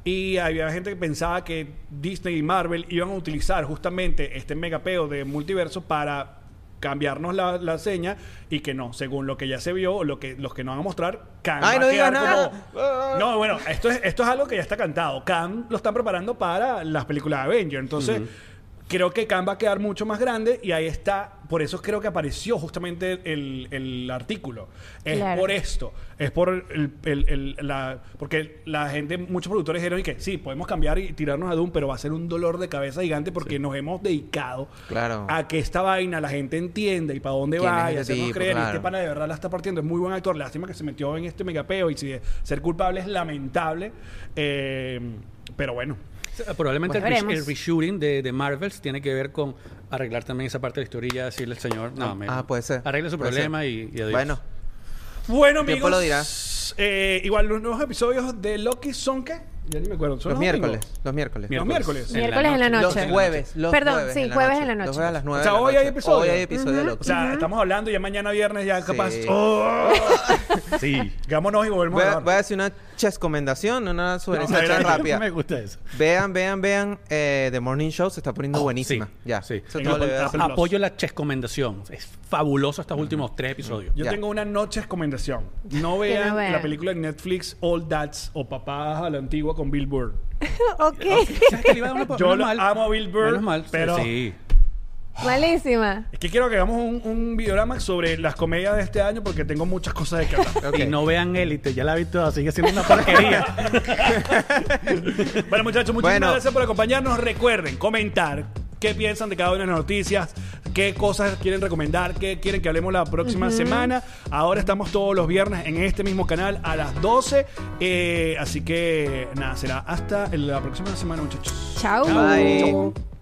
[SPEAKER 2] y había gente que pensaba que Disney y Marvel iban a utilizar justamente este megapeo de multiverso para cambiarnos la, la seña, y que no, según lo que ya se vio, lo que los que nos van a mostrar, Kang
[SPEAKER 3] Ay,
[SPEAKER 2] va
[SPEAKER 3] no
[SPEAKER 2] a quedar
[SPEAKER 3] digas nada.
[SPEAKER 2] como- No, bueno, esto es, esto es algo que ya está cantado. Kang lo están preparando para las películas de Avengers. Entonces, creo que Kang va a quedar mucho más grande, y ahí está. Por eso creo que apareció justamente el, el artículo. Es
[SPEAKER 4] Claro.
[SPEAKER 2] por esto. Es por el, el- el- la... Porque la gente, muchos productores dijeron y que sí, podemos cambiar y tirarnos a Doom, pero va a ser un dolor de cabeza gigante porque nos hemos dedicado
[SPEAKER 3] Claro.
[SPEAKER 2] a que esta vaina la gente entienda y para dónde
[SPEAKER 3] ¿Quién
[SPEAKER 2] va
[SPEAKER 3] es
[SPEAKER 2] y
[SPEAKER 3] este
[SPEAKER 2] hacernos
[SPEAKER 3] tipo?
[SPEAKER 2] creer. Y
[SPEAKER 3] Claro.
[SPEAKER 2] este pana de verdad la está partiendo. Es muy buen actor. Lástima que se metió en este megapeo, y si ser culpable es lamentable. Eh, pero bueno.
[SPEAKER 5] Probablemente
[SPEAKER 4] Bueno,
[SPEAKER 5] el, re-
[SPEAKER 4] veremos.
[SPEAKER 5] el reshooting de, de Marvels tiene que ver con arreglar también esa parte de la historia y ya decirle al señor, no, me,
[SPEAKER 3] Ah, puede ser.
[SPEAKER 5] arregle su
[SPEAKER 3] Puede
[SPEAKER 5] problema
[SPEAKER 3] ser.
[SPEAKER 5] y, y adiós.
[SPEAKER 3] Bueno,
[SPEAKER 2] Bueno,
[SPEAKER 3] Tiempo
[SPEAKER 2] amigos.
[SPEAKER 3] lo dirá.
[SPEAKER 2] eh, igual los nuevos episodios de Loki son ¿qué? Ya ni me acuerdo. ¿Son
[SPEAKER 3] los
[SPEAKER 2] domingos?
[SPEAKER 3] miércoles. Los miércoles.
[SPEAKER 2] Los miércoles.
[SPEAKER 4] Miércoles en la
[SPEAKER 3] Los
[SPEAKER 4] noche.
[SPEAKER 3] jueves. Los
[SPEAKER 4] Perdón,
[SPEAKER 3] jueves
[SPEAKER 4] sí,
[SPEAKER 3] en la
[SPEAKER 4] jueves
[SPEAKER 3] noche.
[SPEAKER 4] en la noche.
[SPEAKER 3] Los jueves a las nueve
[SPEAKER 2] O sea,
[SPEAKER 3] de la
[SPEAKER 2] hoy hay
[SPEAKER 3] noche.
[SPEAKER 2] episodio.
[SPEAKER 3] Hoy hay episodio de
[SPEAKER 2] O
[SPEAKER 3] Loki.
[SPEAKER 2] sea, estamos hablando ya mañana viernes, ya capaz.
[SPEAKER 3] Sí.
[SPEAKER 2] ¡Oh!
[SPEAKER 5] Sí.
[SPEAKER 2] Vámonos y volvemos
[SPEAKER 3] Voy
[SPEAKER 2] a
[SPEAKER 3] a,
[SPEAKER 2] grabar.
[SPEAKER 3] voy a decir una chescomendación, una sugerencia
[SPEAKER 2] No,
[SPEAKER 3] chas
[SPEAKER 2] adelante.
[SPEAKER 3] rápida.
[SPEAKER 5] Me gusta eso.
[SPEAKER 3] Vean, vean, vean. eh, The Morning Show se está poniendo
[SPEAKER 5] Oh,
[SPEAKER 3] buenísima.
[SPEAKER 5] sí,
[SPEAKER 3] Ya.
[SPEAKER 5] sí.
[SPEAKER 3] Eso
[SPEAKER 2] En
[SPEAKER 3] todo
[SPEAKER 2] Apple-
[SPEAKER 3] le voy a
[SPEAKER 2] Apple
[SPEAKER 3] decir.
[SPEAKER 2] Plus.
[SPEAKER 5] Apoyo la chescomendación. Es fabuloso estos últimos tres episodios.
[SPEAKER 2] Yo
[SPEAKER 3] Ya.
[SPEAKER 2] tengo una noche recomendación. No
[SPEAKER 4] Que
[SPEAKER 2] vean
[SPEAKER 4] no vean.
[SPEAKER 2] la película de Netflix All Dads o Papás a la Antigua con Bill Burr.
[SPEAKER 4] Ok.
[SPEAKER 5] ¿Sabes que le iba a dar una-
[SPEAKER 2] Yo
[SPEAKER 5] menos
[SPEAKER 2] lo
[SPEAKER 5] mal?
[SPEAKER 2] amo a Bill Burr,
[SPEAKER 5] Menos mal,
[SPEAKER 2] pero-
[SPEAKER 5] Sí.
[SPEAKER 4] Malísima.
[SPEAKER 2] Es que quiero que hagamos un, un videorama sobre las comedias de este año porque tengo muchas cosas de que hablar.
[SPEAKER 3] Ok.
[SPEAKER 5] Y no vean Élite, ya la he visto, sigue siendo una porquería.
[SPEAKER 2] Bueno, muchachos, muchísimas
[SPEAKER 3] Bueno.
[SPEAKER 2] gracias por acompañarnos. Recuerden comentar qué piensan de cada una de las noticias, qué cosas quieren recomendar, qué quieren que hablemos la próxima semana. Ahora estamos todos los viernes en este mismo canal a las doce. Eh, así que nada, será hasta la próxima semana, muchachos.
[SPEAKER 4] Chao.
[SPEAKER 3] Bye.